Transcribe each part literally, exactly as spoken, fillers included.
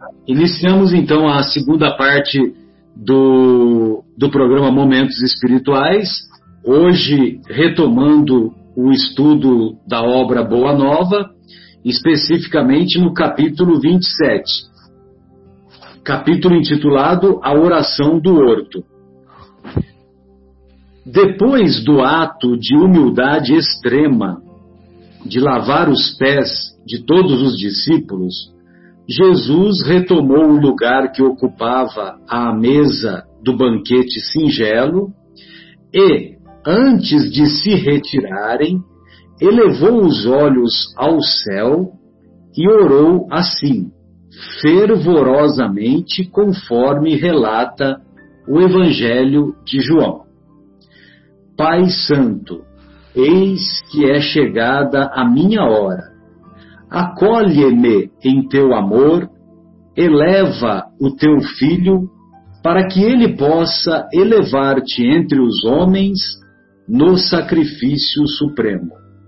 Iniciamos então a segunda parte do, do programa Momentos Espirituais, hoje retomando o estudo da obra Boa Nova, especificamente no capítulo vinte e sete, capítulo intitulado A Oração do Horto. Depois do ato de humildade extrema, de lavar os pés de todos os discípulos, Jesus retomou o lugar que ocupava à mesa do banquete singelo e, antes de se retirarem, elevou os olhos ao céu e orou assim, fervorosamente, conforme relata o Evangelho de João. Pai Santo, eis que é chegada a minha hora. Acolhe-me em teu amor, eleva o teu Filho, para que ele possa elevar-te entre os homens no sacrifício supremo.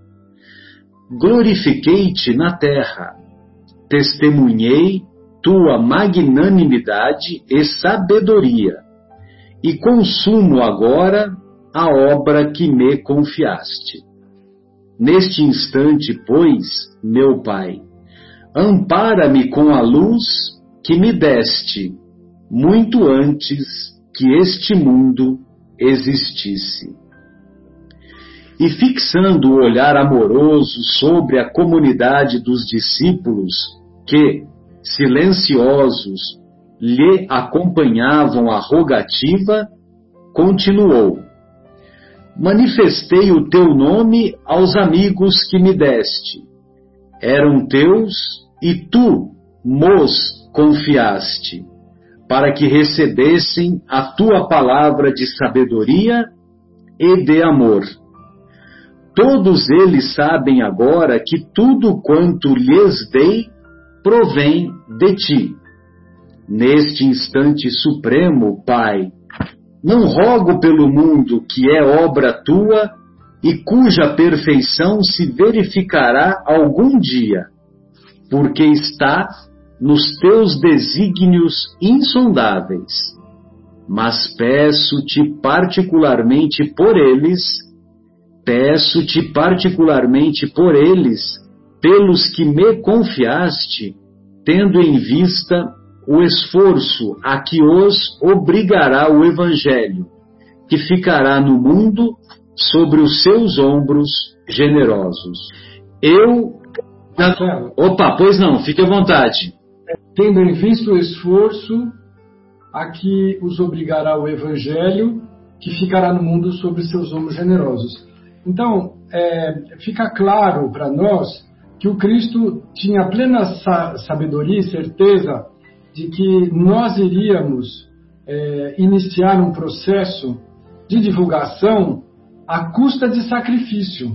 Glorifiquei-te na terra, testemunhei tua magnanimidade e sabedoria, e consumo agora a obra que me confiaste. Neste instante, pois, meu Pai, ampara-me com a luz que me deste, muito antes que este mundo existisse. E fixando o olhar amoroso sobre a comunidade dos discípulos que, silenciosos, lhe acompanhavam a rogativa, continuou: manifestei o teu nome aos amigos que me deste. Eram teus e tu mos confiaste, para que recebessem a tua palavra de sabedoria e de amor. Todos eles sabem agora que tudo quanto lhes dei provém de ti. Neste instante supremo, Pai, não rogo pelo mundo que é obra tua e cuja perfeição se verificará algum dia, porque está nos teus desígnios insondáveis. Mas peço-te particularmente por eles, peço-te particularmente por eles, pelos que me confiaste, tendo em vista o esforço a que os obrigará o Evangelho, que ficará no mundo sobre os seus ombros generosos. Eu... Opa, pois não, fique à vontade. Tendo em vista o esforço a que os obrigará o Evangelho, que ficará no mundo sobre seus ombros generosos. Então, é, fica claro para nós que o Cristo tinha plena sa- sabedoria e certeza de que nós iríamos é, iniciar um processo de divulgação à custa de sacrifício.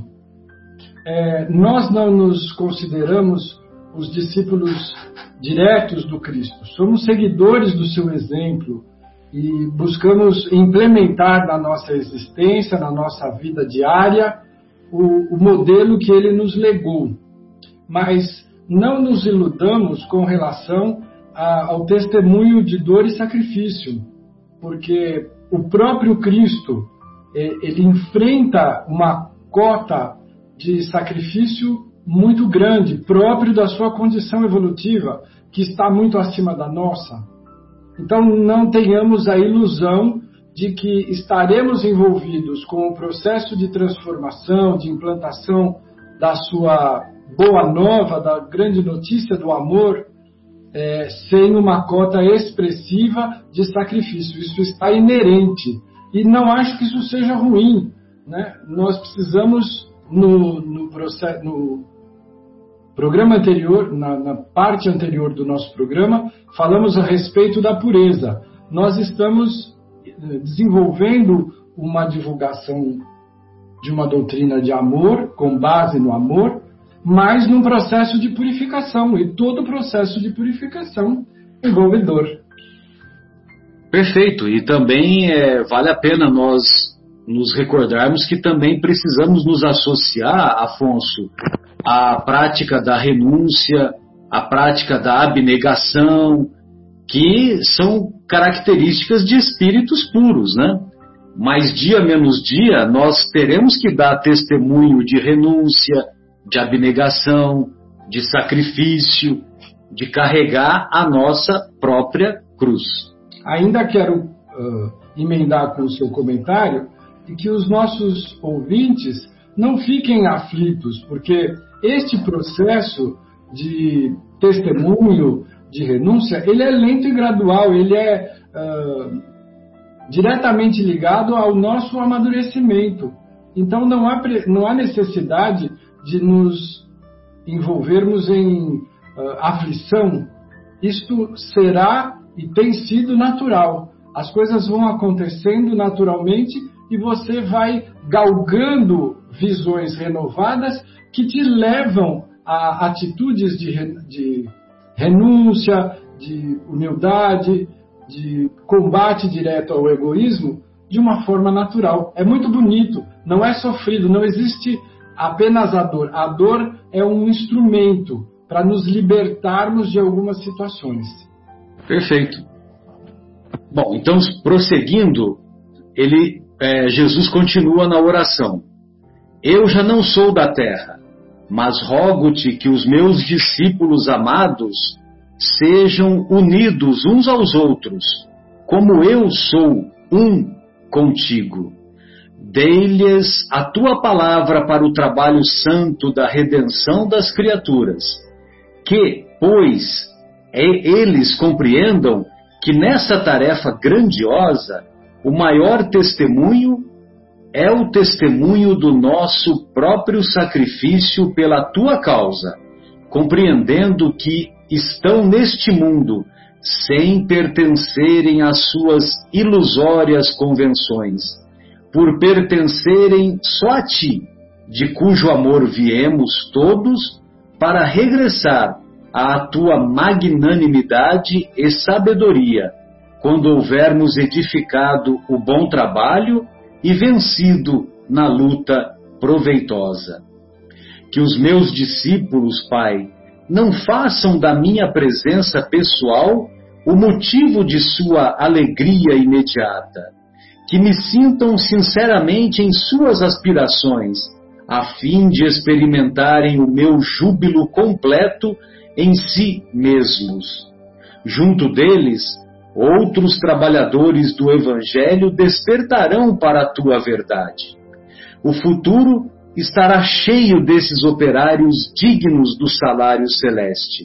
É, nós não nos consideramos os discípulos diretos do Cristo, somos seguidores do seu exemplo e buscamos implementar na nossa existência, na nossa vida diária, o, o modelo que ele nos legou. Mas não nos iludamos com relação ao testemunho de dor e sacrifício, porque o próprio Cristo, ele enfrenta uma cota de sacrifício muito grande, próprio da sua condição evolutiva, que está muito acima da nossa. Então não tenhamos a ilusão de que estaremos envolvidos com o processo de transformação, de implantação da sua boa nova, da grande notícia do amor, É, sem uma cota expressiva de sacrifício. Isso está inerente. E não acho que isso seja ruim, né? Nós precisamos, no, no, processo, no programa anterior, na, na parte anterior do nosso programa, falamos a respeito da pureza. Nós estamos desenvolvendo uma divulgação de uma doutrina de amor, com base no amor, mas num processo de purificação, e todo processo de purificação envolve dor. Perfeito, e também é, vale a pena nós nos recordarmos que também precisamos nos associar, Afonso, à prática da renúncia, a prática da abnegação, que são características de espíritos puros, né? Mas dia menos dia nós teremos que dar testemunho de renúncia, de abnegação, de sacrifício, de carregar a nossa própria cruz. Ainda quero uh, emendar com o seu comentário e que os nossos ouvintes não fiquem aflitos, porque este processo de testemunho, de renúncia, ele é lento e gradual, ele é uh, diretamente ligado ao nosso amadurecimento. Então não há, não há necessidade de nos envolvermos em uh, aflição. Isto será e tem sido natural. As coisas vão acontecendo naturalmente e você vai galgando visões renovadas que te levam a atitudes de, de renúncia, de humildade, de combate direto ao egoísmo de uma forma natural. É muito bonito, não é sofrido, não existe apenas a dor. A dor é um instrumento para nos libertarmos de algumas situações. Perfeito. Bom, então, prosseguindo, ele, é, Jesus continua na oração. Eu já não sou da terra, mas rogo-te que os meus discípulos amados sejam unidos uns aos outros, como eu sou um contigo. Dei-lhes a tua palavra para o trabalho santo da redenção das criaturas, que, pois, eles compreendam que nessa tarefa grandiosa, o maior testemunho é o testemunho do nosso próprio sacrifício pela tua causa, compreendendo que estão neste mundo sem pertencerem às suas ilusórias convenções, por pertencerem só a ti, de cujo amor viemos todos para regressar à tua magnanimidade e sabedoria, quando houvermos edificado o bom trabalho e vencido na luta proveitosa. Que os meus discípulos, Pai, não façam da minha presença pessoal o motivo de sua alegria imediata. Que me sintam sinceramente em suas aspirações, a fim de experimentarem o meu júbilo completo em si mesmos. Junto deles, outros trabalhadores do Evangelho despertarão para a tua verdade. O futuro estará cheio desses operários dignos do salário celeste.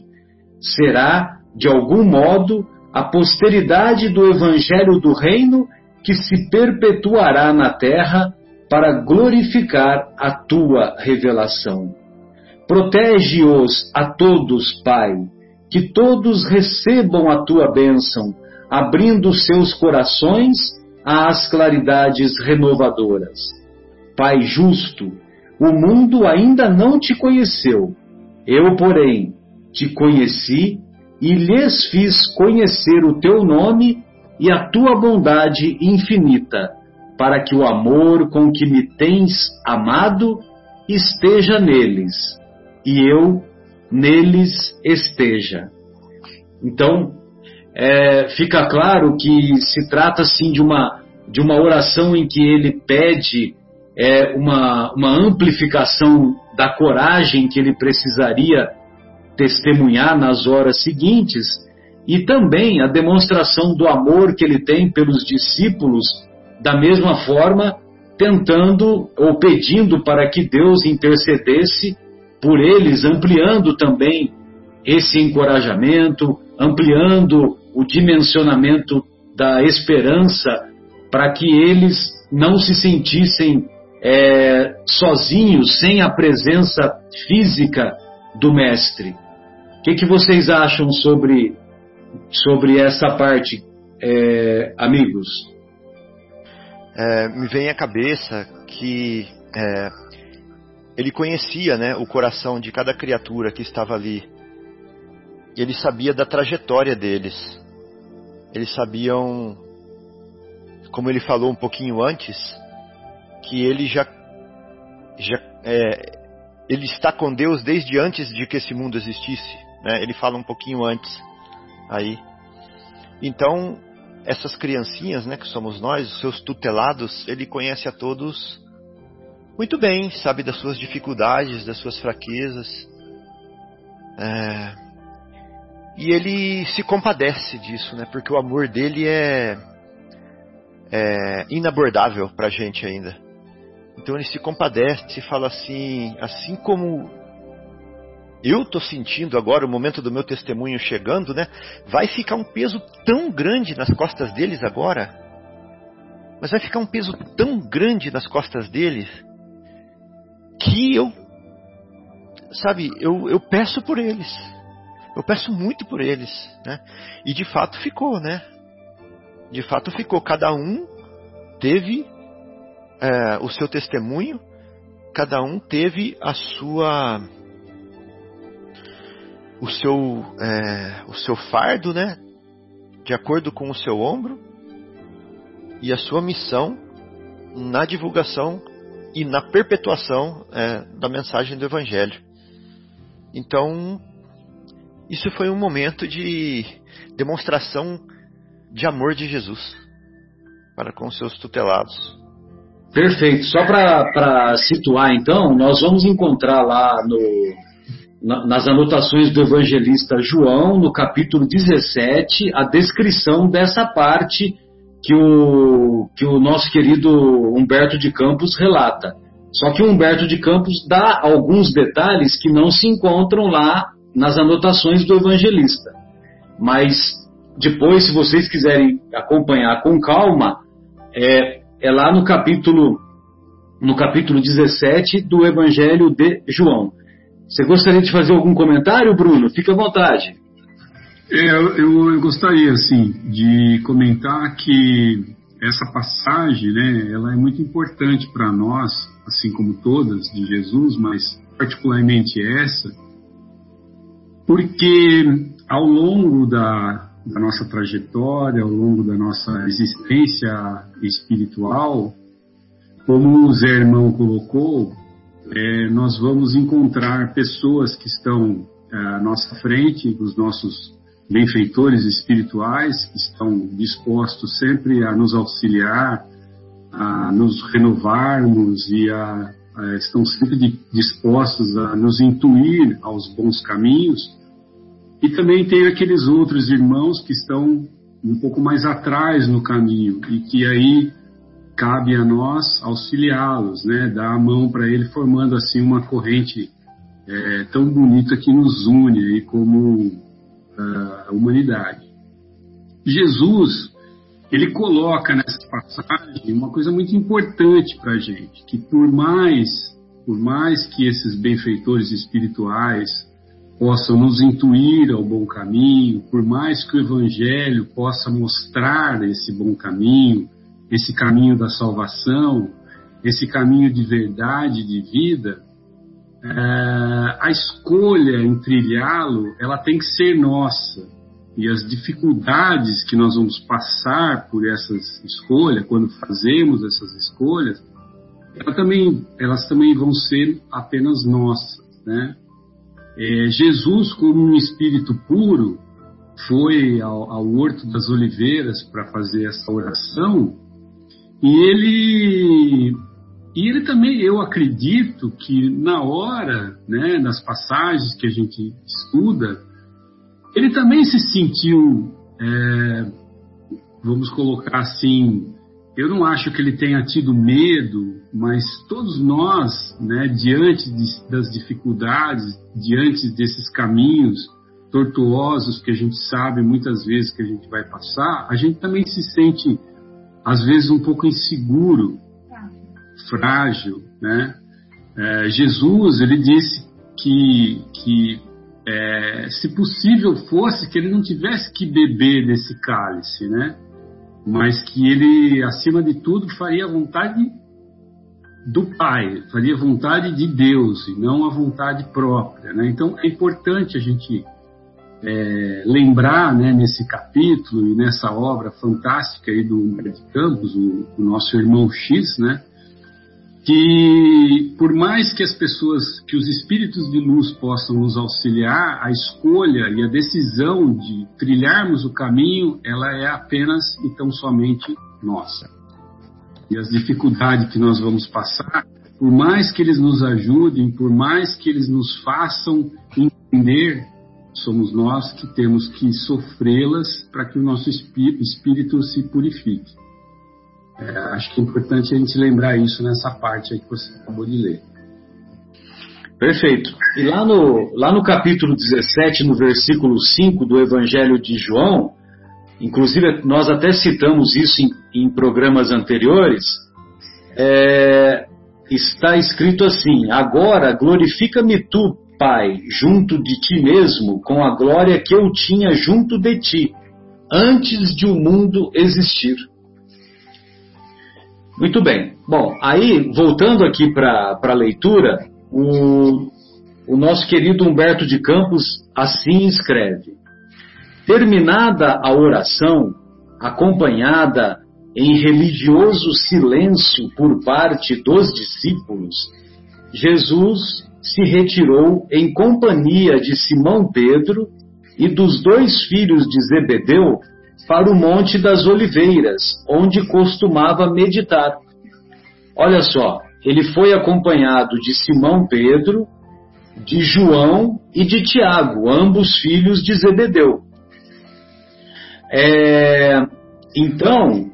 Será, de algum modo, a posteridade do Evangelho do Reino que se perpetuará na terra para glorificar a tua revelação. Protege-os a todos, Pai, que todos recebam a tua bênção, abrindo seus corações às claridades renovadoras. Pai justo, o mundo ainda não te conheceu. Eu, porém, te conheci e lhes fiz conhecer o teu nome e a tua bondade infinita, para que o amor com que me tens amado esteja neles, e eu neles esteja. Então, é, fica claro que se trata sim de uma, de uma oração em que ele pede é, uma, uma amplificação da coragem que ele precisaria testemunhar nas horas seguintes, e também a demonstração do amor que ele tem pelos discípulos, da mesma forma, tentando ou pedindo para que Deus intercedesse por eles, ampliando também esse encorajamento, ampliando o dimensionamento da esperança, para que eles não se sentissem é, sozinhos, sem a presença física do Mestre. O que, que vocês acham sobre, sobre essa parte, é, amigos? É, me vem à cabeça que é, ele conhecia, né, o coração de cada criatura que estava ali. Ele sabia da trajetória deles. Eles sabiam, como ele falou um pouquinho antes, que ele já, já é, ele está com Deus desde antes de que esse mundo existisse, né? Ele fala um pouquinho antes aí. Então, essas criancinhas, né, que somos nós, os seus tutelados, ele conhece a todos muito bem, sabe das suas dificuldades, das suas fraquezas. É... E ele se compadece disso, né? Porque o amor dele é, é inabordável pra gente ainda. Então ele se compadece e fala assim, assim como eu tô sentindo agora o momento do meu testemunho chegando, né? Vai ficar um peso tão grande nas costas deles agora, mas vai ficar um peso tão grande nas costas deles, que eu, sabe, eu, eu peço por eles. Eu peço muito por eles, né? E de fato ficou, né? De fato ficou. Cada um teve é, o seu testemunho, cada um teve a sua, o seu, é, o seu fardo, né? De acordo com o seu ombro e a sua missão na divulgação e na perpetuação é, da mensagem do Evangelho. Então, isso foi um momento de demonstração de amor de Jesus para com seus tutelados. Perfeito. Só para situar, então, nós vamos encontrar lá no, na, nas anotações do evangelista João, no capítulo dezessete, a descrição dessa parte que o, que o nosso querido Humberto de Campos relata. Só que o Humberto de Campos dá alguns detalhes que não se encontram lá nas anotações do evangelista. Mas depois, se vocês quiserem acompanhar com calma, é, é lá no capítulo, no capítulo dezessete do Evangelho de João. Você gostaria de fazer algum comentário, Bruno? Fique à vontade. É, eu, eu gostaria, assim, de comentar que essa passagem, né, ela é muito importante para nós, assim como todas de Jesus, mas particularmente essa, porque ao longo da, da nossa trajetória, ao longo da nossa existência espiritual, como o Zé Irmão colocou, é, nós vamos encontrar pessoas que estão é, à nossa frente, os nossos benfeitores espirituais, que estão dispostos sempre a nos auxiliar, a nos renovarmos e a estão sempre dispostos a nos intuir aos bons caminhos. E também tem aqueles outros irmãos que estão um pouco mais atrás no caminho e que aí cabe a nós auxiliá-los, né? Dar a mão para ele, formando assim uma corrente é, tão bonita que nos une aí como a humanidade. Jesus, ele coloca nessa passagem uma coisa muito importante para a gente, que por mais, por mais que esses benfeitores espirituais possam nos intuir ao bom caminho, por mais que o Evangelho possa mostrar esse bom caminho, esse caminho da salvação, esse caminho de verdade, de vida, é, a escolha em trilhá-lo, ela tem que ser nossa. E as dificuldades que nós vamos passar por essas escolhas, quando fazemos essas escolhas, elas também, elas também vão ser apenas nossas, né? É, Jesus, como um espírito puro, foi ao, ao Horto das Oliveiras para fazer essa oração, e ele, e ele também, eu acredito que na hora, né, nas passagens que a gente estuda, ele também se sentiu, é, vamos colocar assim, eu não acho que ele tenha tido medo, mas todos nós, né, diante de, das dificuldades, diante desses caminhos tortuosos que a gente sabe muitas vezes que a gente vai passar, a gente também se sente, às vezes, um pouco inseguro, frágil, né? É, Jesus, ele disse que... que É, se possível fosse que ele não tivesse que beber desse cálice, né? Mas que ele, acima de tudo, faria a vontade do Pai, faria a vontade de Deus e não a vontade própria, né? Então é importante a gente é, lembrar, né, nesse capítulo e nessa obra fantástica aí do Humberto de Campos, o, o nosso irmão X, né? que por mais que as pessoas, que os espíritos de luz possam nos auxiliar, a escolha e a decisão de trilharmos o caminho, ela é apenas e tão somente nossa. E as dificuldades que nós vamos passar, por mais que eles nos ajudem, por mais que eles nos façam entender, somos nós que temos que sofrê-las para que o nosso espírito, espírito se purifique. É, acho que é importante a gente lembrar isso nessa parte aí que você acabou de ler. Perfeito. E lá no, lá no capítulo dezessete, no versículo cinco do Evangelho de João, inclusive nós até citamos isso em, em programas anteriores, é, está escrito assim: agora glorifica-me tu, Pai, junto de ti mesmo, com a glória que eu tinha junto de ti, antes de o mundo existir. Muito bem. Bom, aí, voltando aqui para a leitura, o, o nosso querido Humberto de Campos assim escreve: terminada a oração, acompanhada em religioso silêncio por parte dos discípulos, Jesus se retirou em companhia de Simão Pedro e dos dois filhos de Zebedeu para o Monte das Oliveiras, onde costumava meditar. Olha só, ele foi acompanhado de Simão Pedro, de João e de Tiago, ambos filhos de Zebedeu. É, então,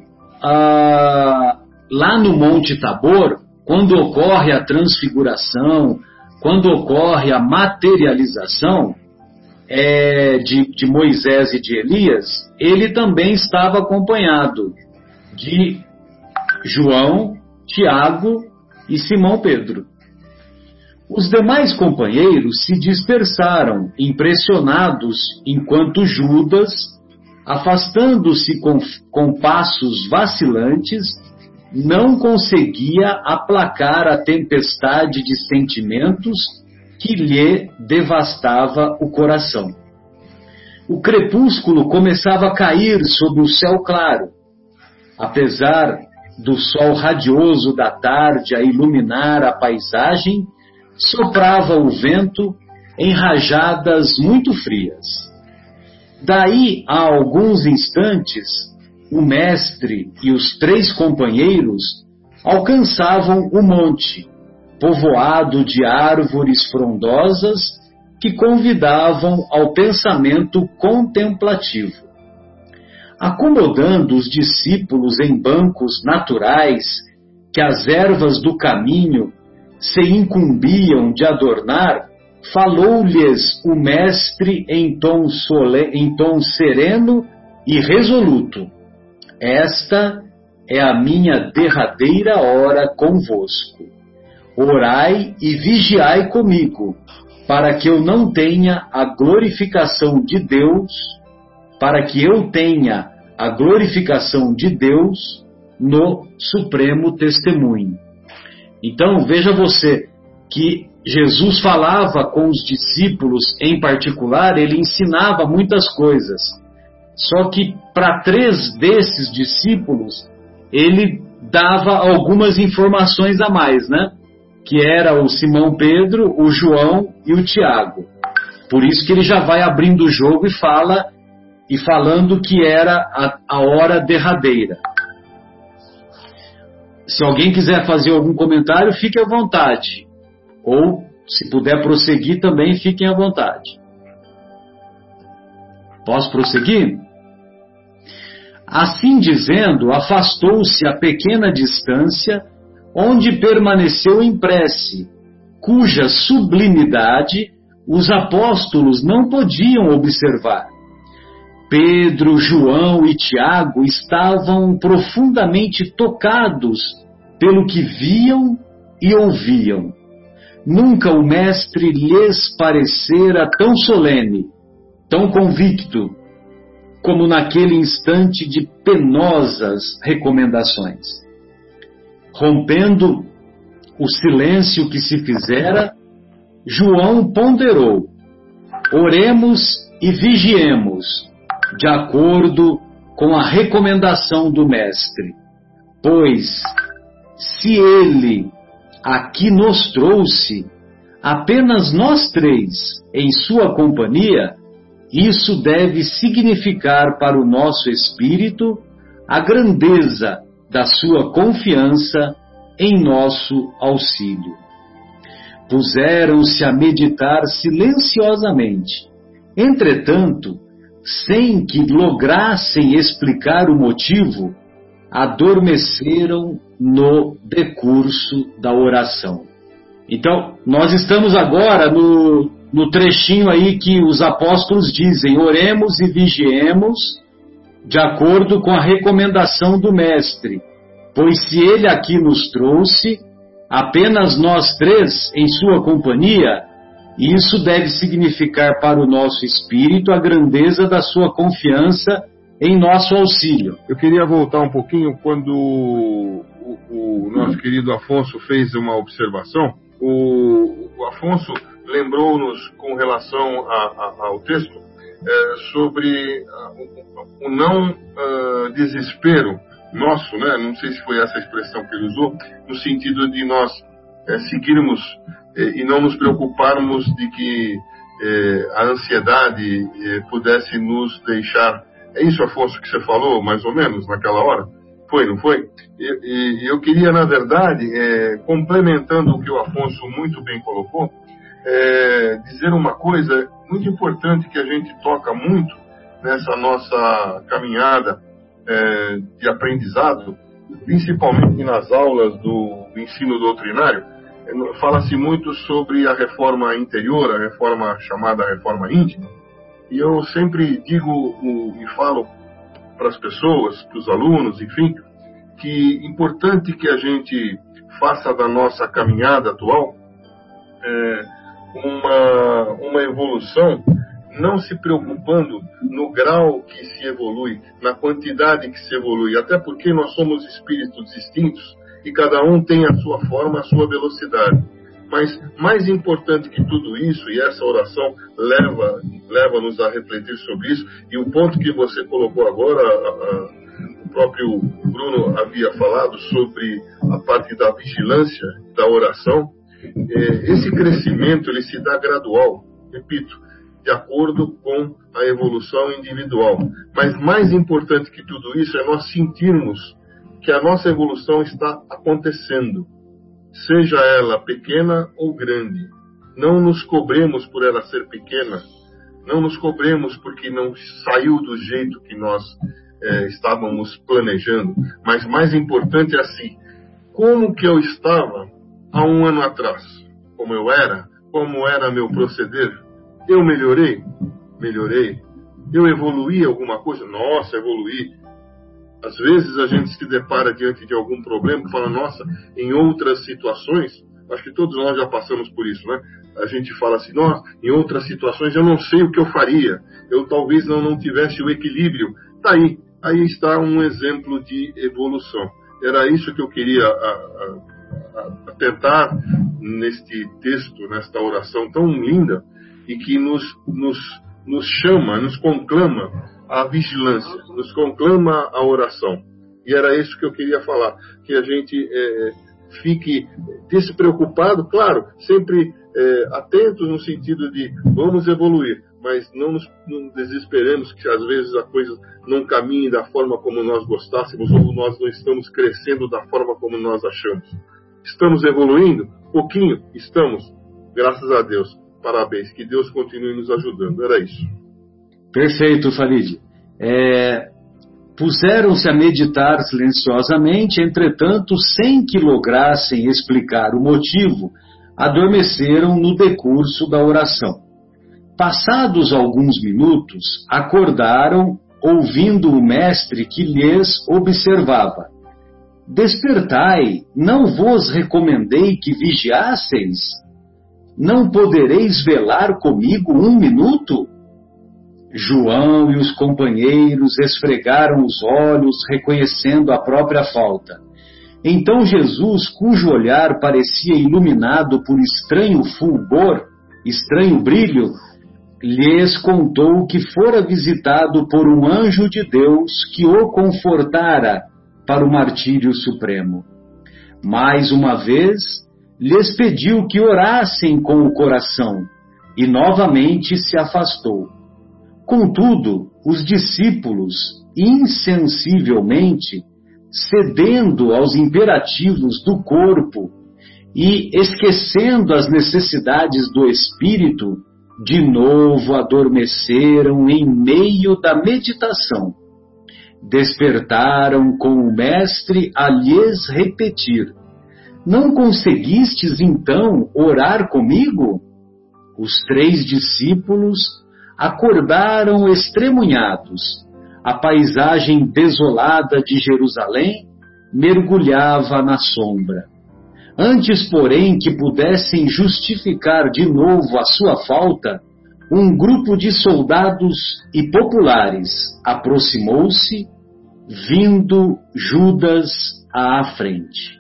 ah, lá no Monte Tabor, quando ocorre a transfiguração, quando ocorre a materialização é, de, de Moisés e de Elias, ele também estava acompanhado de João, Tiago e Simão Pedro. Os demais companheiros se dispersaram, impressionados, enquanto Judas, afastando-se com, com passos vacilantes, não conseguia aplacar a tempestade de sentimentos que lhe devastava o coração. O crepúsculo começava a cair sobre o céu claro. Apesar do sol radioso da tarde a iluminar a paisagem, soprava o vento em rajadas muito frias. Daí a alguns instantes, o mestre e os três companheiros alcançavam o monte, povoado de árvores frondosas que convidavam ao pensamento contemplativo. Acomodando os discípulos em bancos naturais que as ervas do caminho se incumbiam de adornar, falou-lhes o mestre em tom, sole... em tom sereno e resoluto: esta é a minha derradeira hora convosco. Orai e vigiai comigo, para que eu não tenha a glorificação de Deus, para que eu tenha a glorificação de Deus no supremo testemunho. Então, veja você que Jesus falava com os discípulos em particular, ele ensinava muitas coisas. Só que para três desses discípulos, ele dava algumas informações a mais, né? Que era o Simão Pedro, o João e o Tiago. Por isso que ele já vai abrindo o jogo e fala, e falando que era a, a hora derradeira. Se alguém quiser fazer algum comentário, fique à vontade. Ou, se puder prosseguir, também fiquem à vontade. Posso prosseguir? Assim dizendo, afastou-se a pequena distância, onde permaneceu em prece, cuja sublimidade os apóstolos não podiam observar. Pedro, João e Tiago estavam profundamente tocados pelo que viam e ouviam. Nunca o mestre lhes parecera tão solene, tão convicto, como naquele instante de penosas recomendações. Rompendo o silêncio que se fizera, João ponderou: oremos e vigiemos, de acordo com a recomendação do mestre, pois, se ele aqui nos trouxe, apenas nós três, em sua companhia, isso deve significar para o nosso espírito a grandeza da sua confiança em nosso auxílio. Puseram-se a meditar silenciosamente. Entretanto, sem que lograssem explicar o motivo, adormeceram no decurso da oração. Então, nós estamos agora no, no trechinho aí que os apóstolos dizem: oremos e vigiemos de acordo com a recomendação do Mestre, pois se ele aqui nos trouxe, apenas nós três em sua companhia, isso deve significar para o nosso espírito a grandeza da sua confiança em nosso auxílio. Eu queria voltar um pouquinho quando o, o nosso querido Afonso fez uma observação. O, o Afonso lembrou-nos com relação a, a, ao texto é, sobre o, o não uh, desespero nosso, né? Não sei se foi essa expressão que ele usou, no sentido de nós é, seguirmos é, e não nos preocuparmos de que é, a ansiedade é, pudesse nos deixar. É isso, Afonso, que você falou, mais ou menos, naquela hora? Foi, não foi? E, e eu queria, na verdade, é, complementando o que o Afonso muito bem colocou, é, dizer uma coisa muito importante que a gente toca muito nessa nossa caminhada é, de aprendizado, principalmente nas aulas do ensino doutrinário. É, fala-se muito sobre a reforma interior, a reforma chamada reforma íntima, e eu sempre digo e falo para as pessoas, para os alunos, enfim, que é importante que a gente faça da nossa caminhada atual é, uma, uma evolução, não se preocupando no grau que se evolui, na quantidade que se evolui, até porque nós somos espíritos distintos e cada um tem a sua forma, a sua velocidade. Mas mais importante que tudo isso, e essa oração leva, leva-nos a refletir sobre isso, e o ponto que você colocou agora, a, a, o próprio Bruno havia falado sobre a parte da vigilância, da oração, é, esse crescimento ele se dá gradual, repito, de acordo com a evolução individual. Mas mais importante que tudo isso é nós sentirmos que a nossa evolução está acontecendo, seja ela pequena ou grande. Não nos cobremos por ela ser pequena, não nos cobremos porque não saiu do jeito que nós é, estávamos planejando, mas mais importante é assim, como que eu estava há um ano atrás, como eu era, como era meu proceder, eu melhorei? Melhorei. Eu evoluí alguma coisa? Nossa, evoluí. Às vezes a gente se depara diante de algum problema e fala, nossa, em outras situações, acho que todos nós já passamos por isso, né? A gente fala assim, nossa, em outras situações eu não sei o que eu faria, eu talvez não, não tivesse o equilíbrio. Tá aí, aí está um exemplo de evolução. Era isso que eu queria a, a, a tentar neste texto, nesta oração tão linda, e que nos, nos, nos chama, nos conclama a vigilância, nos conclama a oração. E era isso que eu queria falar, que a gente é, fique despreocupado, claro, sempre é, atentos no sentido de vamos evoluir, mas não nos não desesperemos que às vezes a coisa não caminhe da forma como nós gostássemos ou nós não estamos crescendo da forma como nós achamos. Estamos evoluindo? Pouquinho? Estamos. Graças a Deus. Parabéns. Que Deus continue nos ajudando. Era isso. Perfeito, Farid. É, puseram-se a meditar silenciosamente, entretanto, sem que lograssem explicar o motivo, adormeceram no decurso da oração. Passados alguns minutos, acordaram, ouvindo o mestre que lhes observava. Despertai, não vos recomendei que vigiasseis? Não podereis velar comigo um minuto? João e os companheiros esfregaram os olhos, reconhecendo a própria falta. Então Jesus, cujo olhar parecia iluminado por estranho fulgor, estranho brilho, lhes contou que fora visitado por um anjo de Deus que o confortara para o martírio supremo. Mais uma vez, lhes pediu que orassem com o coração e novamente se afastou. Contudo, os discípulos, insensivelmente, cedendo aos imperativos do corpo e esquecendo as necessidades do espírito, de novo adormeceram em meio da meditação. Despertaram com o mestre a lhes repetir: não conseguistes então orar comigo? Os três discípulos acordaram estremunhados. A paisagem desolada de Jerusalém mergulhava na sombra. Antes, porém, que pudessem justificar de novo a sua falta, um grupo de soldados e populares aproximou-se, vindo Judas à frente.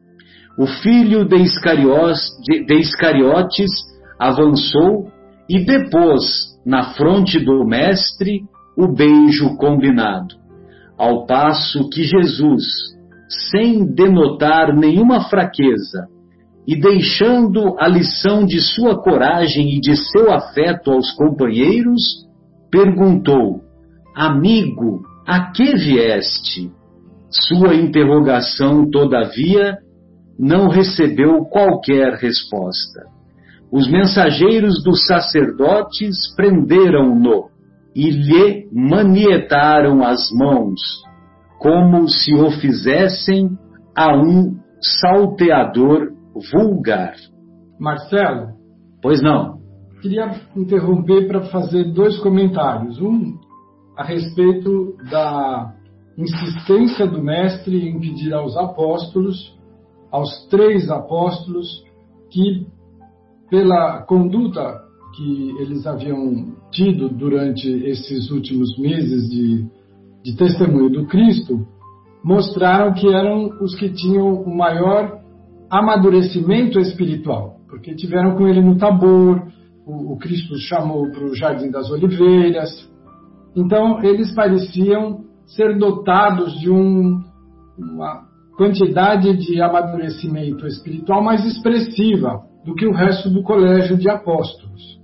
O filho de Iscariotes, de, de Iscariotes avançou e depôs na fronte do mestre o beijo combinado, ao passo que Jesus, sem denotar nenhuma fraqueza e deixando a lição de sua coragem e de seu afeto aos companheiros, perguntou: amigo, a que vieste? Sua interrogação, todavia, não recebeu qualquer resposta. Os mensageiros dos sacerdotes prenderam-no e lhe manietaram as mãos, como se o fizessem a um salteador vulgar. Marcelo? Pois não. Queria interromper para fazer dois comentários. Um, a respeito da insistência do mestre em pedir aos apóstolos, aos três apóstolos, que pela conduta que eles haviam tido durante esses últimos meses de, de testemunho do Cristo, mostraram que eram os que tinham o maior amadurecimento espiritual, porque tiveram com ele no Tabor, o, o Cristo chamou para o Jardim das Oliveiras. Então, eles pareciam ser dotados de um, uma quantidade de amadurecimento espiritual mais expressiva do que o resto do colégio de apóstolos.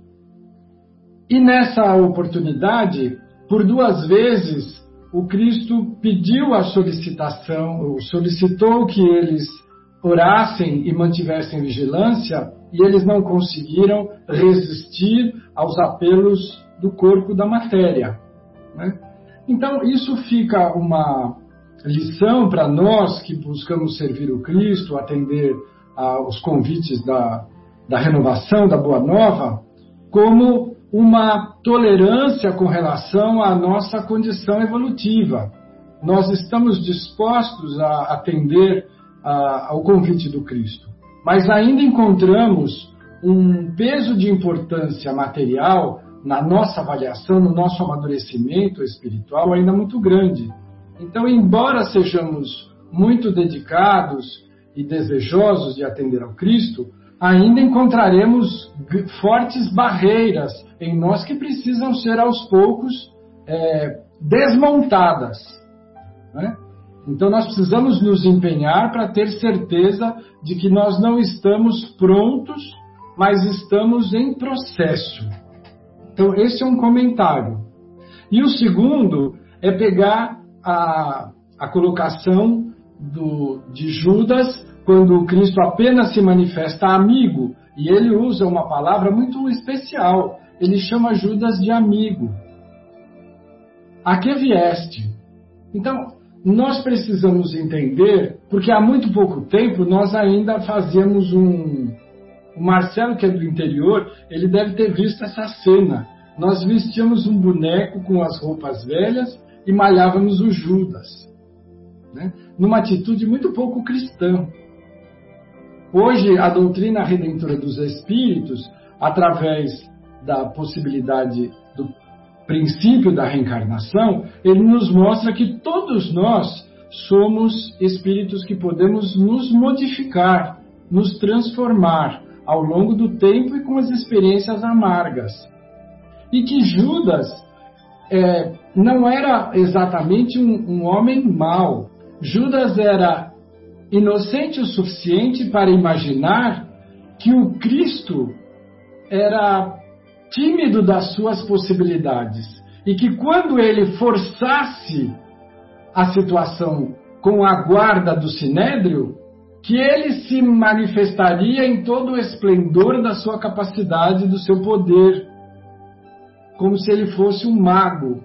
E nessa oportunidade, por duas vezes, o Cristo pediu a solicitação, solicitou que eles orassem e mantivessem vigilância, e eles não conseguiram resistir aos apelos do corpo da matéria, né? Então, isso fica uma lição para nós que buscamos servir o Cristo, atender aos convites da, da renovação, da Boa Nova, como uma tolerância com relação à nossa condição evolutiva. Nós estamos dispostos a atender a, ao convite do Cristo, mas ainda encontramos um peso de importância material na nossa avaliação, no nosso amadurecimento espiritual ainda muito grande. Então, embora sejamos muito dedicados e desejosos de atender ao Cristo, ainda encontraremos fortes barreiras em nós que precisam ser aos poucos é, desmontadas, né? Então nós precisamos nos empenhar para ter certeza de que nós não estamos prontos, mas estamos em processo. Então esse é um comentário. E o segundo é pegar a, a colocação do, de Judas, quando o Cristo apenas se manifesta amigo, e ele usa uma palavra muito especial. Ele chama Judas de amigo. A que vieste? Então, nós precisamos entender, porque há muito pouco tempo nós ainda fazíamos um... O Marcelo, que é do interior, ele deve ter visto essa cena. Nós vestíamos um boneco com as roupas velhas e malhávamos o Judas, né? Numa atitude muito pouco cristã. Hoje, a doutrina redentora dos espíritos, através da possibilidade do princípio da reencarnação, ele nos mostra que todos nós somos espíritos que podemos nos modificar, nos transformar ao longo do tempo e com as experiências amargas. E que Judas é, não era exatamente um, um homem mau. Judas era inocente o suficiente para imaginar que o Cristo era tímido das suas possibilidades e que quando ele forçasse a situação com a guarda do Sinédrio, que ele se manifestaria em todo o esplendor da sua capacidade, do seu poder, como se ele fosse um mago.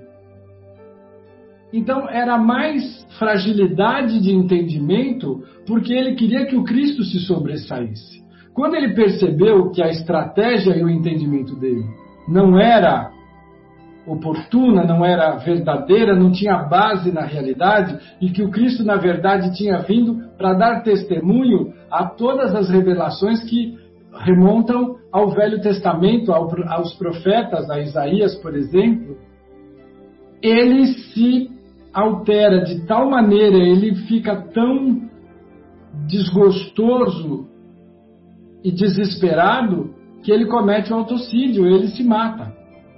Então era mais fragilidade de entendimento, porque ele queria que o Cristo se sobressaísse. Quando ele percebeu que a estratégia e o entendimento dele não era oportuna, não era verdadeira, não tinha base na realidade, e que o Cristo, na verdade, tinha vindo para dar testemunho a todas as revelações que remontam ao Velho Testamento, aos profetas, a Isaías, por exemplo, ele se altera de tal maneira, ele fica tão desgostoso e desesperado que ele comete o autocídio, ele se mata.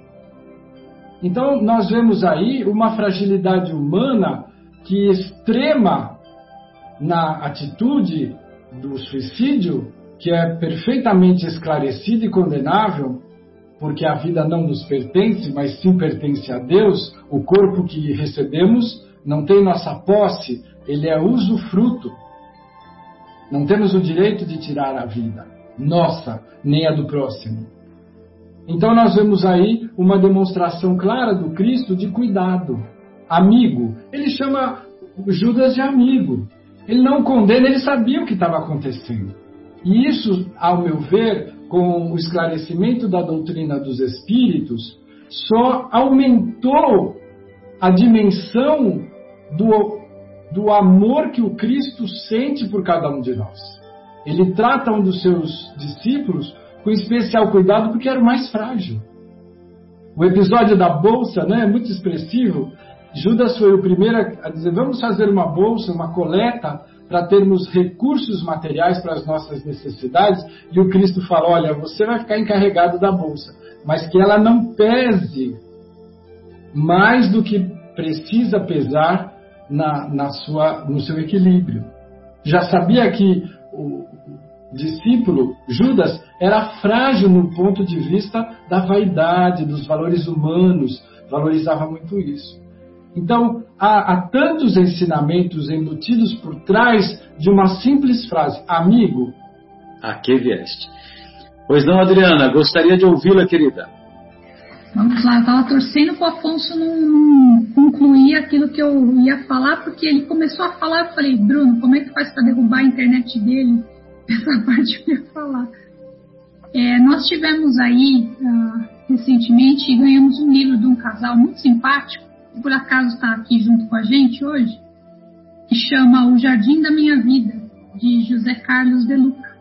Então nós vemos aí uma fragilidade humana que extrema na atitude do suicídio, que é perfeitamente esclarecida e condenável, porque a vida não nos pertence, mas sim pertence a Deus. O corpo que recebemos não tem nossa posse, ele é usufruto. Não temos o direito de tirar a vida, nossa, nem a do próximo. Então nós vemos aí uma demonstração clara do Cristo de cuidado, amigo. Ele chama Judas de amigo. Ele não condena, ele sabia o que estava acontecendo. E isso, ao meu ver, com o esclarecimento da doutrina dos Espíritos, só aumentou a dimensão do, do amor que o Cristo sente por cada um de nós. Ele trata um dos seus discípulos com especial cuidado porque era o mais frágil. O episódio da bolsa, né, é muito expressivo. Judas foi o primeiro a dizer, vamos fazer uma bolsa, uma coleta, para termos recursos materiais para as nossas necessidades. E o Cristo fala, olha, você vai ficar encarregado da bolsa, mas que ela não pese mais do que precisa pesar na, na sua, no seu equilíbrio. Já sabia que o discípulo, Judas, era frágil no ponto de vista da vaidade, dos valores humanos, valorizava muito isso. Então, há, há tantos ensinamentos embutidos por trás de uma simples frase, amigo. A que vieste? Pois não, Adriana, gostaria de ouvi-la, querida. Vamos lá, eu estava torcendo para o Afonso não, não concluir aquilo que eu ia falar, porque ele começou a falar, eu falei, Bruno, como é que faz para derrubar a internet dele? Essa parte eu ia falar. É, nós tivemos aí, uh, recentemente, ganhamos um livro de um casal muito simpático, que por acaso está aqui junto com a gente hoje, que chama O Jardim da Minha Vida, de José Carlos de Luca.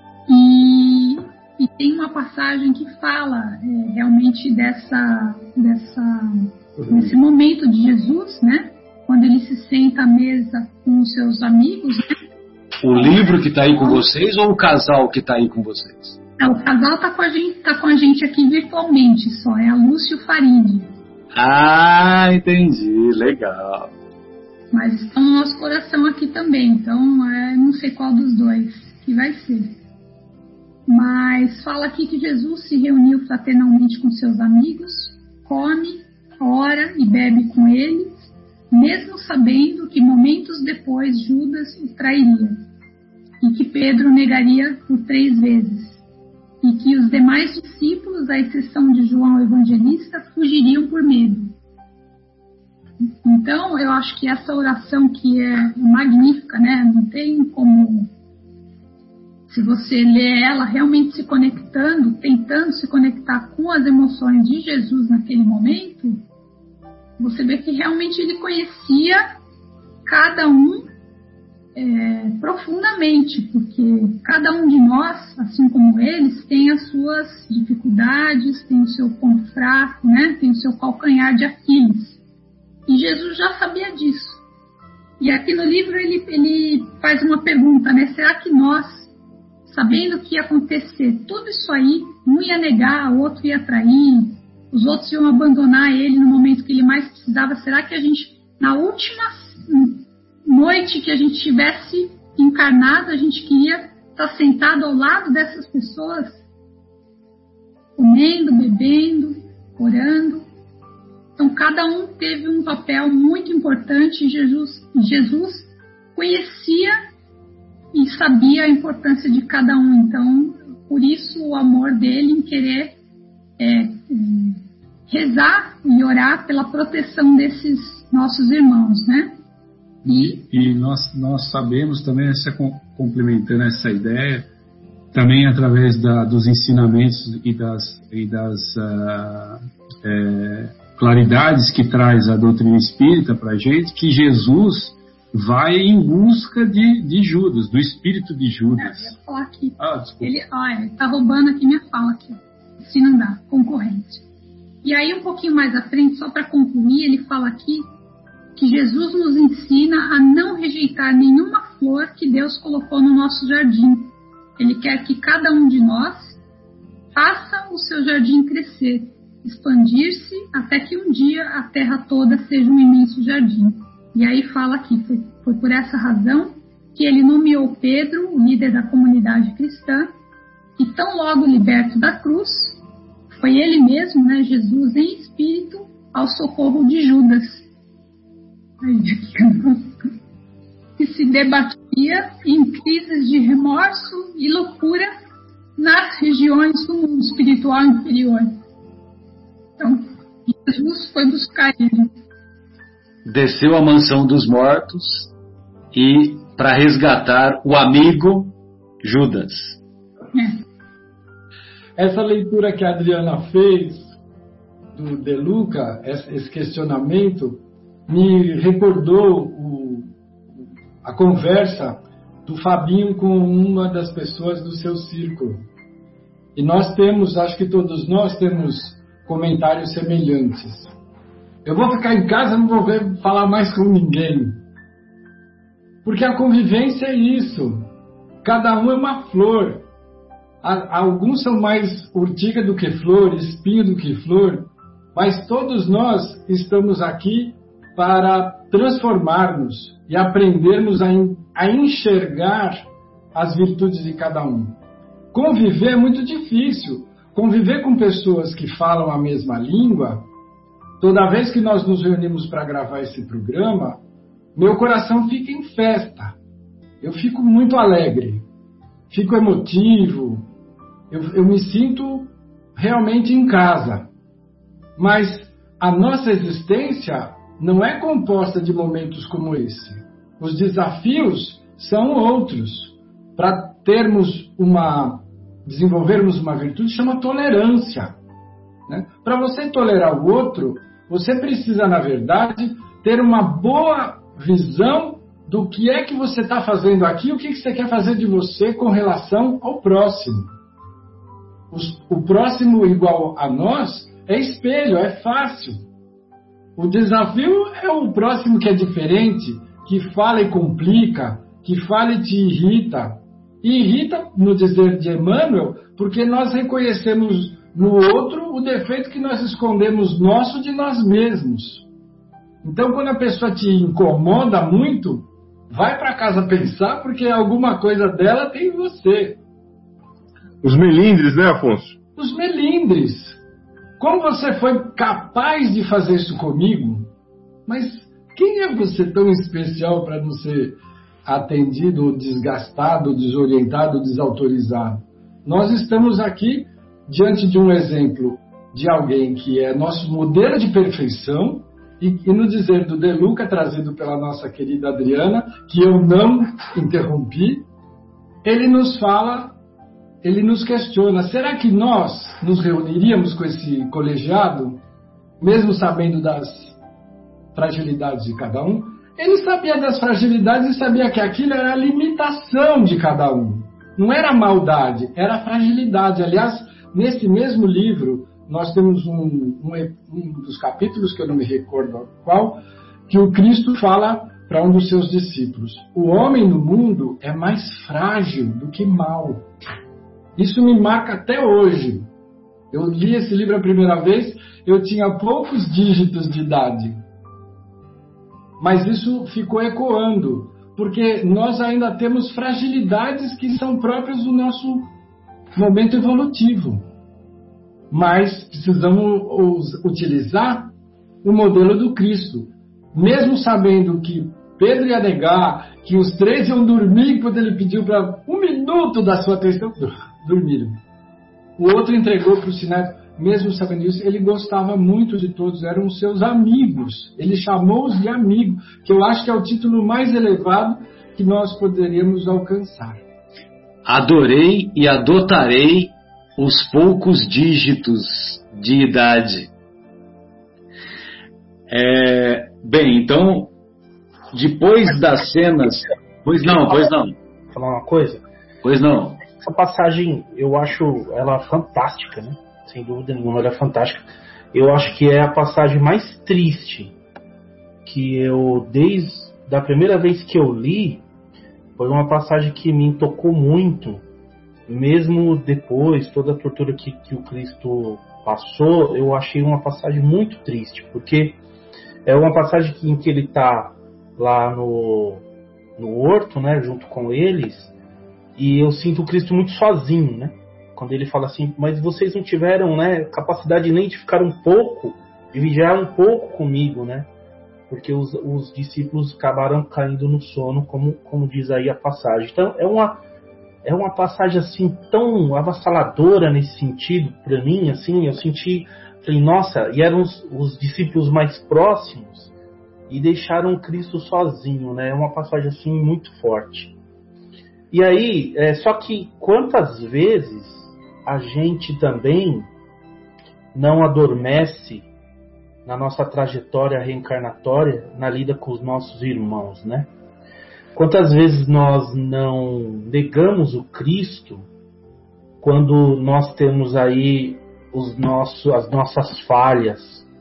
E, e tem uma passagem que fala é, realmente dessa, dessa, desse momento de Jesus, né? Quando ele se senta à mesa com os seus amigos, né? O livro que está aí com vocês ou o casal que está aí com vocês? Não, o casal está com, a gente, tá com a gente aqui virtualmente só, é a Lúcia Farid. Ah, entendi, legal. Mas estão no nosso coração aqui também, então é, não sei qual dos dois que vai ser. Mas fala aqui que Jesus se reuniu fraternalmente com seus amigos, come, ora e bebe com eles, mesmo sabendo que momentos depois Judas o trairia e que Pedro negaria por três vezes e que os demais discípulos, à exceção de João Evangelista, fugiriam por medo. Então, eu acho que essa oração que é magnífica, né? Não tem como, se você lê ela realmente se conectando, tentando se conectar com as emoções de Jesus naquele momento, você vê que realmente ele conhecia cada um é, profundamente, porque cada um de nós, assim como eles, tem as suas dificuldades, tem o seu ponto fraco, né? Tem o seu calcanhar de Aquiles. E Jesus já sabia disso. E aqui no livro ele, ele faz uma pergunta, né? Será que nós, sabendo que ia acontecer tudo isso aí, um ia negar, o outro ia trair, os outros iam abandonar ele no momento que ele mais precisava, será que a gente, na última noite que a gente tivesse encarnado, a gente queria estar sentado ao lado dessas pessoas? pessoas comendo, bebendo, orando. Então, cada um teve um papel muito importante. Jesus, Jesus conhecia e sabia a importância de cada um. Então, por isso o amor dele em querer é, rezar e orar pela proteção desses nossos irmãos, né? E, e nós, nós sabemos também, essa, complementando essa ideia, também através da, dos ensinamentos e das, e das uh, é, claridades que traz a doutrina espírita para a gente, que Jesus vai em busca de, de Judas, do espírito de Judas. É, eu ia falar aqui. Ah, desculpa. Ele, olha, ele tá roubando aqui minha fala aqui, se não dá, concorrente. E aí um pouquinho mais à frente, só para concluir, ele fala aqui que Jesus nos ensina a não rejeitar nenhuma flor que Deus colocou no nosso jardim. Ele quer que cada um de nós faça o seu jardim crescer, expandir-se, até que um dia a terra toda seja um imenso jardim. E aí fala aqui, foi, foi por essa razão que ele nomeou Pedro, o líder da comunidade cristã, e tão logo liberto da cruz, foi ele mesmo, né, Jesus em espírito, ao socorro de Judas, que se debatia em crises de remorso e loucura nas regiões do mundo espiritual inferior. Então, Jesus foi buscar ele. Desceu à mansão dos mortos e para resgatar o amigo Judas. É. Essa leitura que a Adriana fez do De Luca, esse questionamento, me recordou o, a conversa do Fabinho com uma das pessoas do seu círculo. E nós temos, acho que todos nós temos comentários semelhantes. Eu vou ficar em casa, não vou ver, falar mais com ninguém. Porque a convivência é isso. Cada um é uma flor. Alguns são mais urtiga do que flor, espinho do que flor, mas todos nós estamos aqui para transformarmos e aprendermos a enxergar as virtudes de cada um. Conviver é muito difícil. Conviver com pessoas que falam a mesma língua, toda vez que nós nos reunimos para gravar esse programa, meu coração fica em festa. Eu fico muito alegre, fico emotivo, eu, eu me sinto realmente em casa. Mas a nossa existência não é composta de momentos como esse. Os desafios são outros. Para termos uma, desenvolvermos uma virtude, chama tolerância. Né? Para você tolerar o outro, você precisa, na verdade, ter uma boa visão do que é que você está fazendo aqui e o que, que você quer fazer de você com relação ao próximo. Os, o próximo igual a nós é espelho, é fácil. O desafio é o próximo que é diferente, que fala e complica, que fala e te irrita. E irrita, no dizer de Emmanuel, porque nós reconhecemos no outro o defeito que nós escondemos nosso de nós mesmos. Então, quando a pessoa te incomoda muito, vai para casa pensar, porque alguma coisa dela tem em você. Os melindres, né, Afonso? Os melindres. Como você foi capaz de fazer isso comigo? Mas quem é você tão especial para não ser atendido, desgastado, desorientado, desautorizado? Nós estamos aqui diante de um exemplo de alguém que é nosso modelo de perfeição e, e no dizer do De Luca, trazido pela nossa querida Adriana, que eu não interrompi, ele nos fala, ele nos questiona, será que nós nos reuniríamos com esse colegiado, mesmo sabendo das fragilidades de cada um? Ele sabia das fragilidades e sabia que aquilo era a limitação de cada um. Não era maldade, era fragilidade. Aliás, nesse mesmo livro, nós temos um, um, um dos capítulos, que eu não me recordo qual, que o Cristo fala para um dos seus discípulos. O homem no mundo é mais frágil do que mau. Isso me marca até hoje. Eu li esse livro a primeira vez, eu tinha poucos dígitos de idade. Mas isso ficou ecoando, porque nós ainda temos fragilidades que são próprias do nosso momento evolutivo. Mas precisamos utilizar o modelo do Cristo. Mesmo sabendo que Pedro ia negar, que os três iam dormir quando ele pediu para um minuto da sua atenção, dormiram. O outro entregou para o Sinai, mesmo sabendo isso, ele gostava muito de todos, eram seus amigos. Ele chamou-os de amigo, que eu acho que é o título mais elevado que nós poderíamos alcançar. Adorei e adotarei os poucos dígitos de idade. É, bem, então, depois das cenas... Pois não, pois não. Vou falar uma coisa? Pois não. Essa passagem, eu acho ela fantástica, né? Sem dúvida nenhuma, ela é fantástica. Eu acho que é a passagem mais triste que eu, desde a primeira vez que eu li, foi uma passagem que me tocou muito, mesmo depois, toda a tortura que, que o Cristo passou, eu achei uma passagem muito triste, porque é uma passagem em que ele está lá no, no horto, né, junto com eles, e eu sinto o Cristo muito sozinho, né? Quando ele fala assim, mas vocês não tiveram, né, capacidade nem de ficar um pouco, de vigiar um pouco comigo, né? Porque os, os discípulos acabaram caindo no sono, como, como diz aí a passagem. Então, é uma, é uma passagem assim tão avassaladora nesse sentido, para mim, assim, eu senti, falei, nossa, e eram os, os discípulos mais próximos e deixaram Cristo sozinho, né? É uma passagem assim muito forte. E aí, é, só que quantas vezes a gente também não adormece na nossa trajetória reencarnatória na lida com os nossos irmãos, né? Quantas vezes nós não negamos o Cristo quando nós temos aí os nossos, as nossas falhas,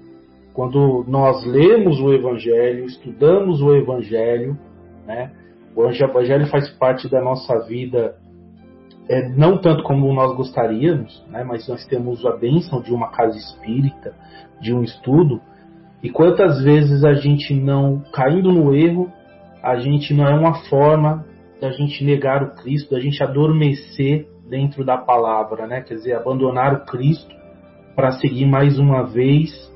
quando nós lemos o Evangelho, estudamos o Evangelho, né? O Evangelho faz parte da nossa vida, é, não tanto como nós gostaríamos, né? Mas nós temos a bênção de uma casa espírita, de um estudo, e quantas vezes a gente não, caindo no erro, a gente não é uma forma da gente negar o Cristo, da gente adormecer dentro da palavra, né? Quer dizer, abandonar o Cristo para seguir mais uma vez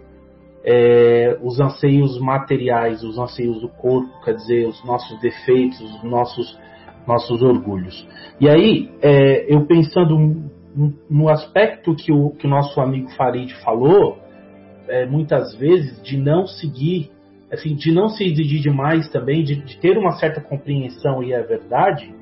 é, os anseios materiais, os anseios do corpo, quer dizer, os nossos defeitos, os nossos, nossos orgulhos. E aí, é, eu pensando no aspecto que o, que o nosso amigo Farid falou, é, muitas vezes, de não seguir, assim, de não se exigir demais também, de, de ter uma certa compreensão, e é verdade,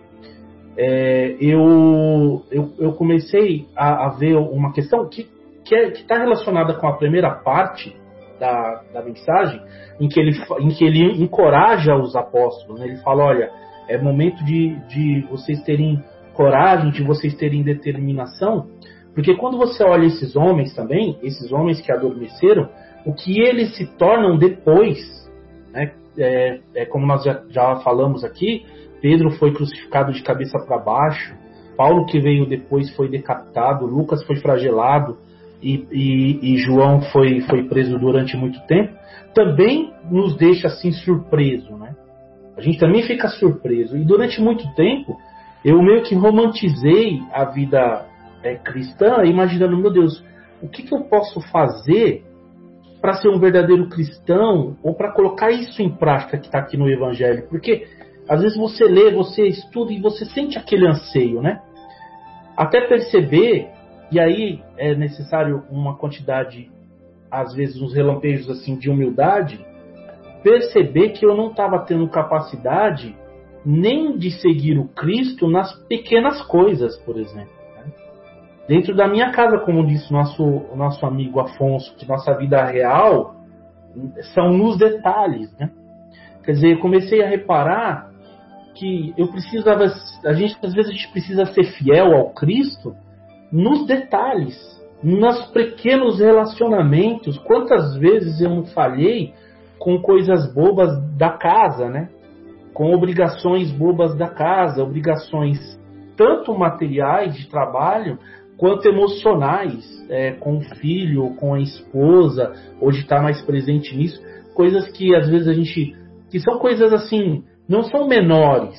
é, eu, eu, eu comecei a, a ver uma questão que que é, está relacionada com a primeira parte da, da mensagem, em que, ele, em que ele encoraja os apóstolos, né? Ele fala, olha, é momento de, de vocês terem coragem, de vocês terem determinação, porque quando você olha esses homens também, esses homens que adormeceram, o que eles se tornam depois, né? é, é, como nós já, já falamos aqui, Pedro foi crucificado de cabeça para baixo, Paulo, que veio depois, foi decapitado, Lucas foi flagelado, E, e, e João foi, foi preso durante muito tempo, também nos deixa assim surpreso, né? A gente também fica surpreso. E durante muito tempo, eu meio que romantizei a vida é, cristã, imaginando, meu Deus, o que, que eu posso fazer para ser um verdadeiro cristão, ou para colocar isso em prática que está aqui no Evangelho? Porque às vezes você lê, você estuda e você sente aquele anseio, né? Até perceber. E aí é necessário uma quantidade, às vezes uns relampejos assim de humildade, perceber que eu não estava tendo capacidade nem de seguir o Cristo nas pequenas coisas, por exemplo. Né? Dentro da minha casa, como disse o nosso, o nosso amigo Afonso, que nossa vida real são nos detalhes. Né? Quer dizer, eu comecei a reparar que eu precisava, a gente, às vezes a gente precisa ser fiel ao Cristo nos detalhes, nos pequenos relacionamentos. Quantas vezes eu não falhei com coisas bobas da casa, né? Com obrigações bobas da casa, obrigações tanto materiais de trabalho, quanto emocionais, é, com o filho, com a esposa, hoje está mais presente nisso, coisas que às vezes a gente, que são coisas assim, não são menores,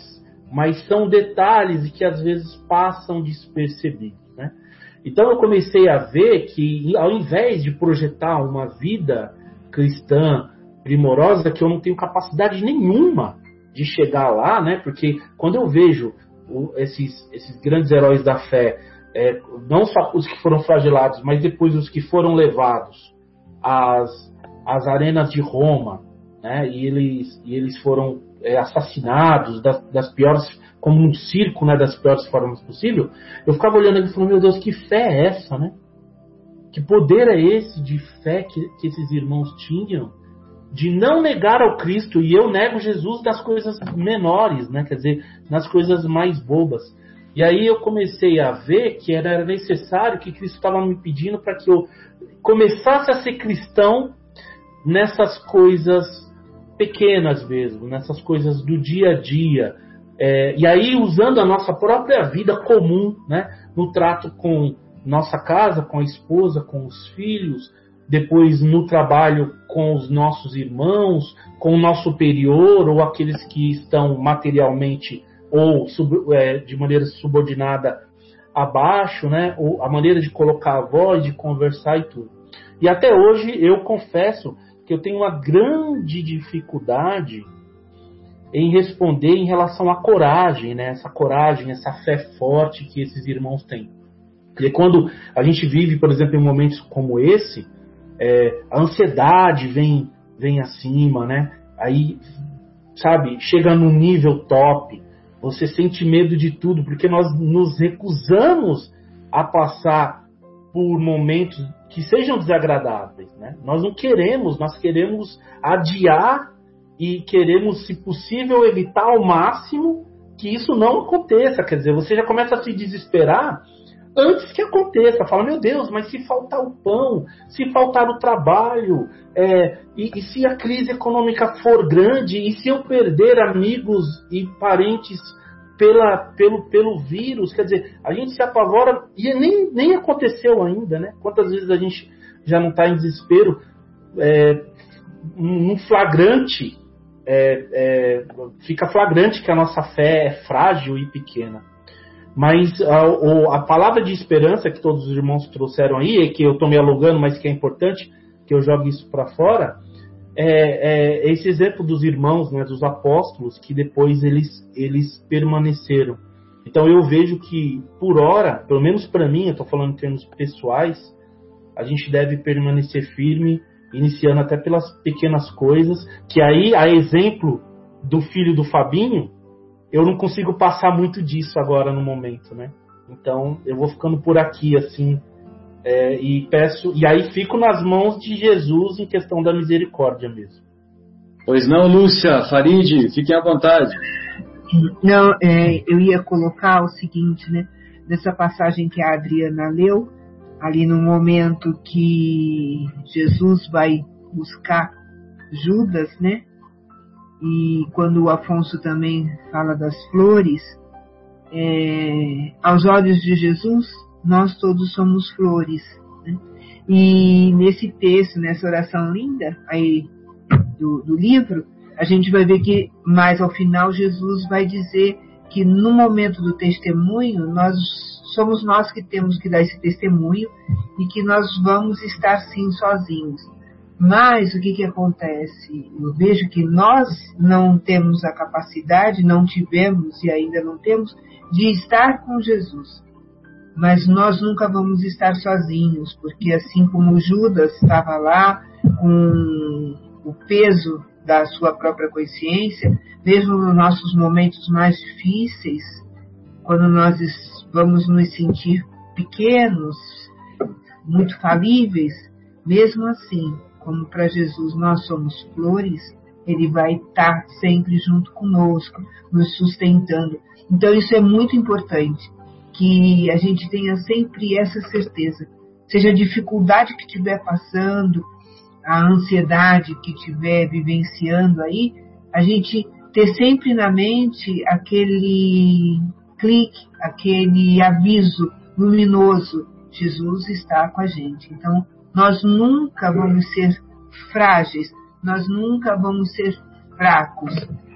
mas são detalhes que às vezes passam despercebidos, né? Então eu comecei a ver que, ao invés de projetar uma vida cristã primorosa, que eu não tenho capacidade nenhuma de chegar lá, né? Porque quando eu vejo o, esses, esses grandes heróis da fé, é, não só os que foram flagelados, mas depois os que foram levados às, às arenas de Roma, né? E eles, e eles foram é, assassinados das, das piores, como um circo, né? Das piores formas possível. Eu ficava olhando e falando, meu Deus, que fé é essa, né? Que poder é esse de fé que, que esses irmãos tinham, de não negar ao Cristo, e eu nego Jesus das coisas menores, né? Quer dizer, nas coisas mais bobas. E aí eu comecei a ver que era necessário, que Cristo estava me pedindo para que eu começasse a ser cristão nessas coisas pequenas mesmo, nessas coisas do dia a dia. É, e aí usando a nossa própria vida comum, né? No trato com nossa casa, com a esposa, com os filhos, depois no trabalho com os nossos irmãos, com o nosso superior ou aqueles que estão materialmente ou sub, é, de maneira subordinada abaixo, né? Ou a maneira de colocar a voz, de conversar e tudo. E até hoje eu confesso que eu tenho uma grande dificuldade em responder em relação à coragem, né? Essa coragem, essa fé forte que esses irmãos têm. Porque quando a gente vive, por exemplo, em momentos como esse, é, a ansiedade vem, vem acima, né? Aí, sabe, chega num nível top, você sente medo de tudo, porque nós nos recusamos a passar por momentos que sejam desagradáveis, né? Nós não queremos, nós queremos adiar e queremos, se possível, evitar ao máximo que isso não aconteça. Quer dizer, você já começa a se desesperar antes que aconteça. Fala, meu Deus, mas se faltar o pão, se faltar o trabalho, é, e, e se a crise econômica for grande, e se eu perder amigos e parentes pela, pelo, pelo vírus, quer dizer, a gente se apavora e nem, nem aconteceu ainda, né? Quantas vezes a gente já não está em desespero, é, num flagrante, é, é, fica flagrante que a nossa fé é frágil e pequena. Mas a, a palavra de esperança que todos os irmãos trouxeram aí, e que eu estou me alugando, mas que é importante que eu jogue isso para fora, é, é esse exemplo dos irmãos, né, dos apóstolos, que depois eles, eles permaneceram. Então eu vejo que, por hora, pelo menos para mim, eu estou falando em termos pessoais, a gente deve permanecer firme, iniciando até pelas pequenas coisas, que aí, a exemplo do filho do Fabinho, eu não consigo passar muito disso agora no momento, né? Então, eu vou ficando por aqui, assim, é, e peço, e aí fico nas mãos de Jesus em questão da misericórdia mesmo. Pois não, Lúcia, Farid, fiquem à vontade. Não, é, eu ia colocar o seguinte, né? Nessa passagem que a Adriana leu, ali no momento que Jesus vai buscar Judas, né? E quando o Afonso também fala das flores, é, aos olhos de Jesus, nós todos somos flores, né? E nesse texto, nessa oração linda aí do, do livro, a gente vai ver que mais ao final Jesus vai dizer que no momento do testemunho, nós somos nós que temos que dar esse testemunho e que nós vamos estar sim sozinhos. Mas o que, que acontece? Eu vejo que nós não temos a capacidade, não tivemos e ainda não temos, de estar com Jesus. Mas nós nunca vamos estar sozinhos, porque assim como Judas estava lá com o peso da sua própria consciência, mesmo nos nossos momentos mais difíceis, quando nós vamos nos sentir pequenos, muito falíveis, mesmo assim, como para Jesus nós somos flores, Ele vai estar sempre junto conosco, nos sustentando. Então isso é muito importante, que a gente tenha sempre essa certeza. Seja a dificuldade que estiver passando, a ansiedade que estiver vivenciando aí, a gente ter sempre na mente aquele clique, aquele aviso luminoso, Jesus está com a gente. Então, nós nunca vamos ser frágeis, nós nunca vamos ser fracos.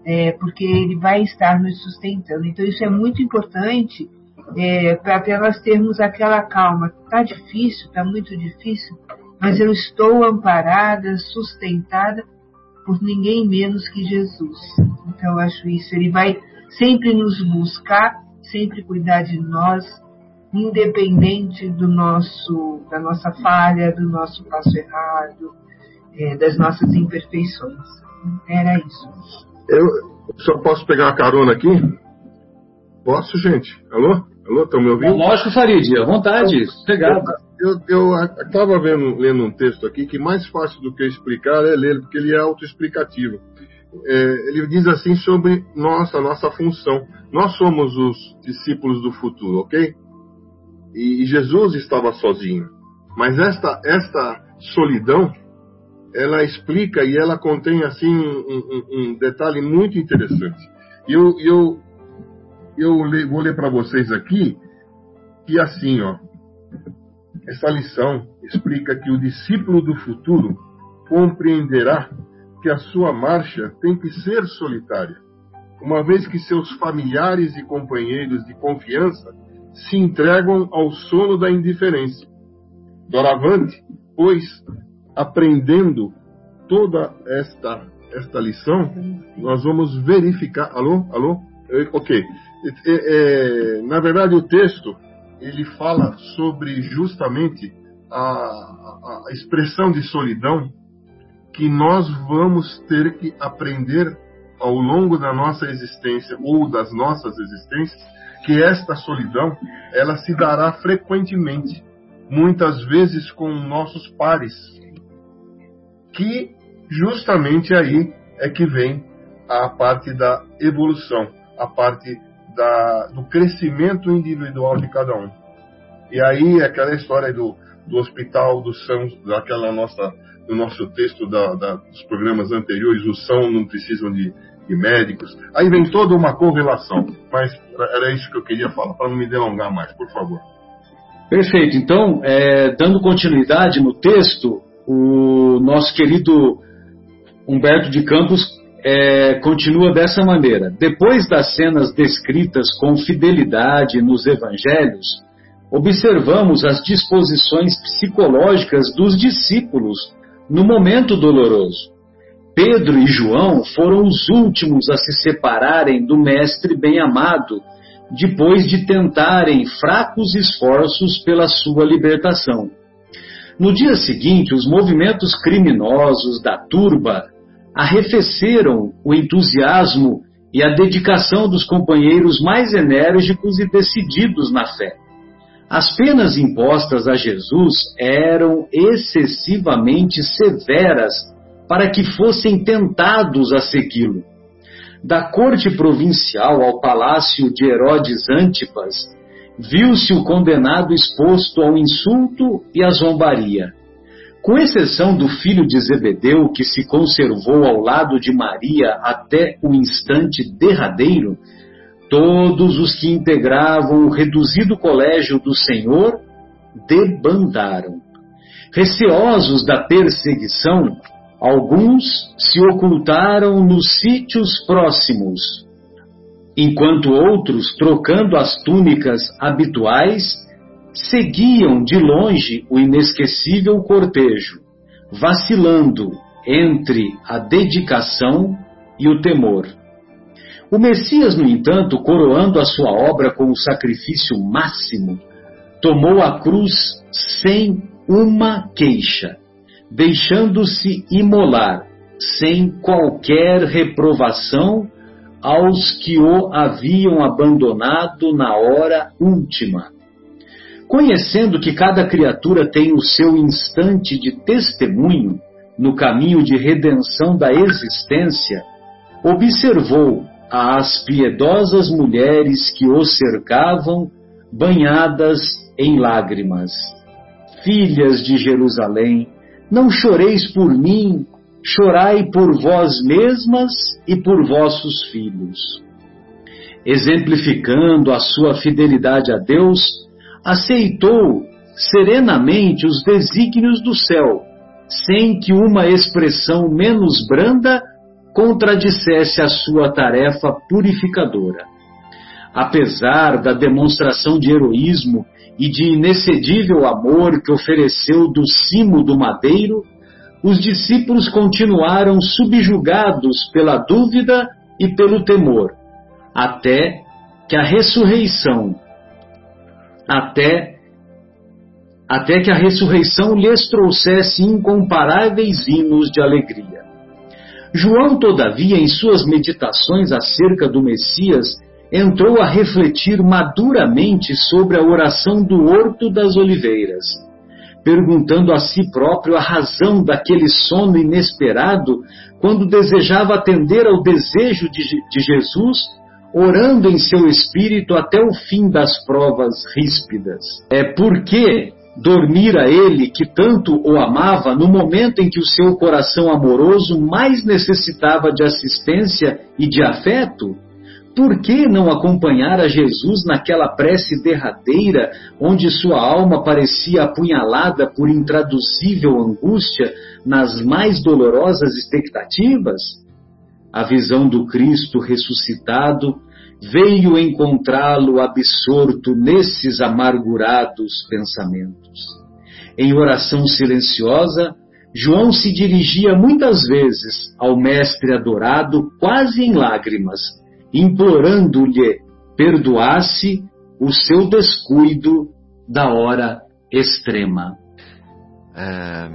é, porque Ele vai estar nos sustentando. Então isso é muito importante é, para até nós termos aquela calma. Está difícil, está muito difícil, mas eu estou amparada, sustentada por ninguém menos que Jesus. Então eu acho isso. Ele vai sempre nos buscar, sempre cuidar de nós, independente do nosso, da nossa falha, do nosso passo errado, é, das nossas imperfeições. Era isso. Eu só posso pegar a carona aqui? Posso, gente? Alô? Alô, estão me ouvindo? Lógico, Farid, à vontade, pegado. Eu estava lendo um texto aqui que mais fácil do que explicar é ler, porque ele é autoexplicativo. É, ele diz assim sobre nossa, nossa função. Nós somos os discípulos do futuro, ok? E, e Jesus estava sozinho. Mas esta, esta solidão, ela explica e ela contém assim um, um, um detalhe muito interessante. E eu, eu, eu vou ler para vocês aqui que assim, ó, essa lição explica que o discípulo do futuro compreenderá que a sua marcha tem que ser solitária, uma vez que seus familiares e companheiros de confiança se entregam ao sono da indiferença. Doravante, pois, aprendendo toda esta, esta lição, nós vamos verificar... Alô? Alô? Ok. É, é, na verdade, o texto, ele fala sobre justamente a, a, a expressão de solidão que nós vamos ter que aprender ao longo da nossa existência ou das nossas existências, que esta solidão, ela se dará frequentemente, muitas vezes com nossos pares, que justamente aí é que vem a parte da evolução, a parte da, do crescimento individual de cada um. E aí aquela história do, do hospital do São, daquela nossa, do nosso texto da, da, dos programas anteriores, o São não precisam de, de médicos. Aí vem toda uma correlação, mas era isso que eu queria falar, para não me delongar mais, por favor. Perfeito. Então, é, dando continuidade no texto, o nosso querido Humberto de Campos é, continua dessa maneira. Depois das cenas descritas com fidelidade nos evangelhos, observamos as disposições psicológicas dos discípulos no momento doloroso. Pedro e João foram os últimos a se separarem do Mestre bem-amado, depois de tentarem fracos esforços pela sua libertação. No dia seguinte, os movimentos criminosos da turba arrefeceram o entusiasmo e a dedicação dos companheiros mais enérgicos e decididos na fé. As penas impostas a Jesus eram excessivamente severas para que fossem tentados a segui-lo. Da corte provincial ao palácio de Herodes Antipas, viu-se o condenado exposto ao insulto e à zombaria. Com exceção do filho de Zebedeu, que se conservou ao lado de Maria até o instante derradeiro, todos os que integravam o reduzido colégio do Senhor debandaram. Receosos da perseguição, alguns se ocultaram nos sítios próximos, enquanto outros, trocando as túnicas habituais, seguiam de longe o inesquecível cortejo, vacilando entre a dedicação e o temor. O Messias, no entanto, coroando a sua obra com o sacrifício máximo, tomou a cruz sem uma queixa, deixando-se imolar, sem qualquer reprovação, aos que o haviam abandonado na hora última. Conhecendo que cada criatura tem o seu instante de testemunho no caminho de redenção da existência, observou as piedosas mulheres que o cercavam, banhadas em lágrimas. Filhas de Jerusalém, não choreis por mim, chorai por vós mesmas e por vossos filhos. Exemplificando a sua fidelidade a Deus, aceitou serenamente os desígnios do céu, sem que uma expressão menos branda contradissesse a sua tarefa purificadora. Apesar da demonstração de heroísmo e de inexcedível amor que ofereceu do cimo do madeiro, os discípulos continuaram subjugados pela dúvida e pelo temor, até que a ressurreição, até, até que a ressurreição lhes trouxesse incomparáveis hinos de alegria. João, todavia, em suas meditações acerca do Messias, entrou a refletir maduramente sobre a oração do Horto das Oliveiras, perguntando a si próprio a razão daquele sono inesperado quando desejava atender ao desejo de, de Jesus, orando em seu espírito até o fim das provas ríspidas. É porque dormira ele, que tanto o amava, no momento em que o seu coração amoroso mais necessitava de assistência e de afeto? Por que não acompanhar a Jesus naquela prece derradeira, onde sua alma parecia apunhalada por intraduzível angústia nas mais dolorosas expectativas? A visão do Cristo ressuscitado veio encontrá-lo absorto nesses amargurados pensamentos. Em oração silenciosa, João se dirigia muitas vezes ao Mestre adorado, quase em lágrimas, implorando-lhe perdoasse o seu descuido da hora extrema. É,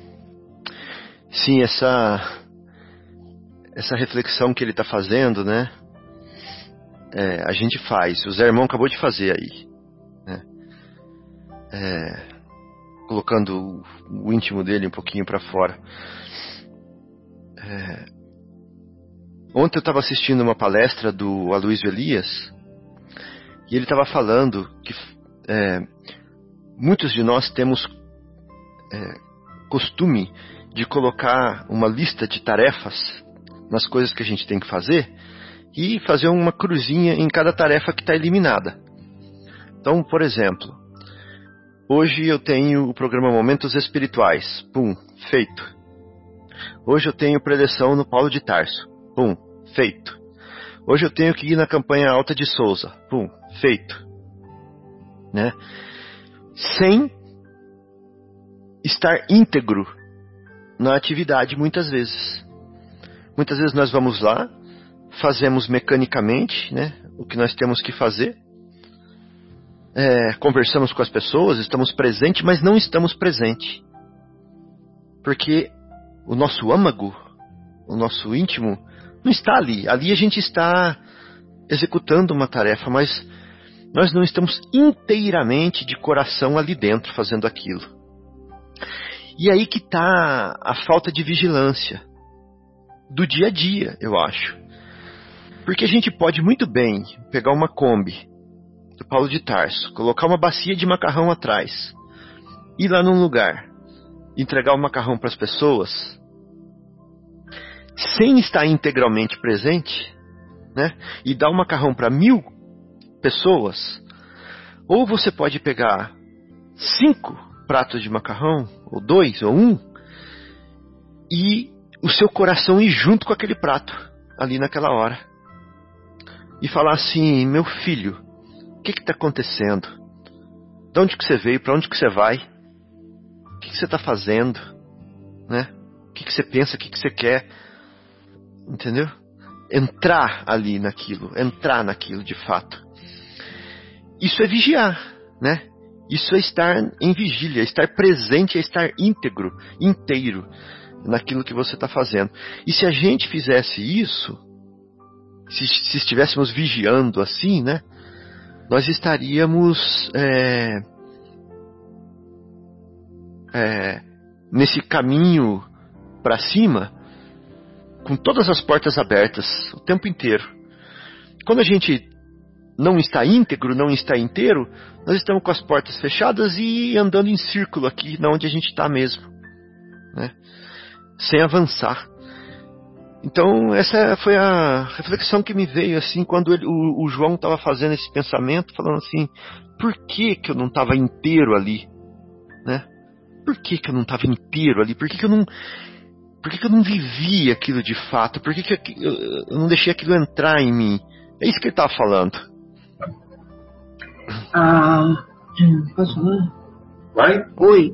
sim, essa essa reflexão que ele está fazendo, né? É, a gente faz. O Zé Irmão acabou de fazer aí, né? É, colocando o, o íntimo dele um pouquinho para fora. É, Ontem eu estava assistindo uma palestra do Aloysio Elias e ele estava falando que é, muitos de nós temos é, costume de colocar uma lista de tarefas nas coisas que a gente tem que fazer e fazer uma cruzinha em cada tarefa que está eliminada. Então, por exemplo, hoje eu tenho o programa Momentos Espirituais, pum, feito. Hoje eu tenho preleção no Paulo de Tarso. Pum, feito. Hoje eu tenho que ir na campanha Alta de Souza. Pum, feito. Né? Sem estar íntegro na atividade muitas vezes. Muitas vezes nós vamos lá, fazemos mecanicamente, né, o que nós temos que fazer. É, conversamos com as pessoas, estamos presentes, mas não estamos presentes. Porque o nosso âmago, o nosso íntimo, não está ali. Ali a gente está executando uma tarefa, mas nós não estamos inteiramente de coração ali dentro fazendo aquilo. E aí que está a falta de vigilância do dia a dia, eu acho. Porque a gente pode muito bem pegar uma Kombi do Paulo de Tarso, colocar uma bacia de macarrão atrás, ir lá num lugar, entregar o macarrão para as pessoas, sem estar integralmente presente, né? E dar o macarrão para mil pessoas. Ou você pode pegar cinco pratos de macarrão, ou dois, ou um, e o seu coração ir junto com aquele prato, ali naquela hora. E falar assim: meu filho, o que está acontecendo? De onde que você veio? Para onde que você vai? O que, que você está fazendo? Né? O que, que você pensa? O que, que você quer? Entendeu? Entrar ali naquilo, entrar naquilo de fato. Isso é vigiar, né? Isso é estar em vigília, estar presente, é estar íntegro, inteiro naquilo que você está fazendo. E se a gente fizesse isso, se, se estivéssemos vigiando assim, né? Nós estaríamos é, é, nesse caminho para cima, com todas as portas abertas o tempo inteiro. Quando a gente não está íntegro, não está inteiro, nós estamos com as portas fechadas e andando em círculo aqui, na onde a gente está mesmo, né? Sem avançar. Então essa foi a reflexão que me veio assim quando ele, o, o João estava fazendo esse pensamento, falando assim: por que que eu não estava inteiro ali, né? Por que que eu não estava inteiro ali? Por que que eu não por que, que eu não vivi aquilo de fato? Por que, que eu, eu não deixei aquilo entrar em mim? É isso que ele estava falando. Ah, posso falar? Vai? Oi.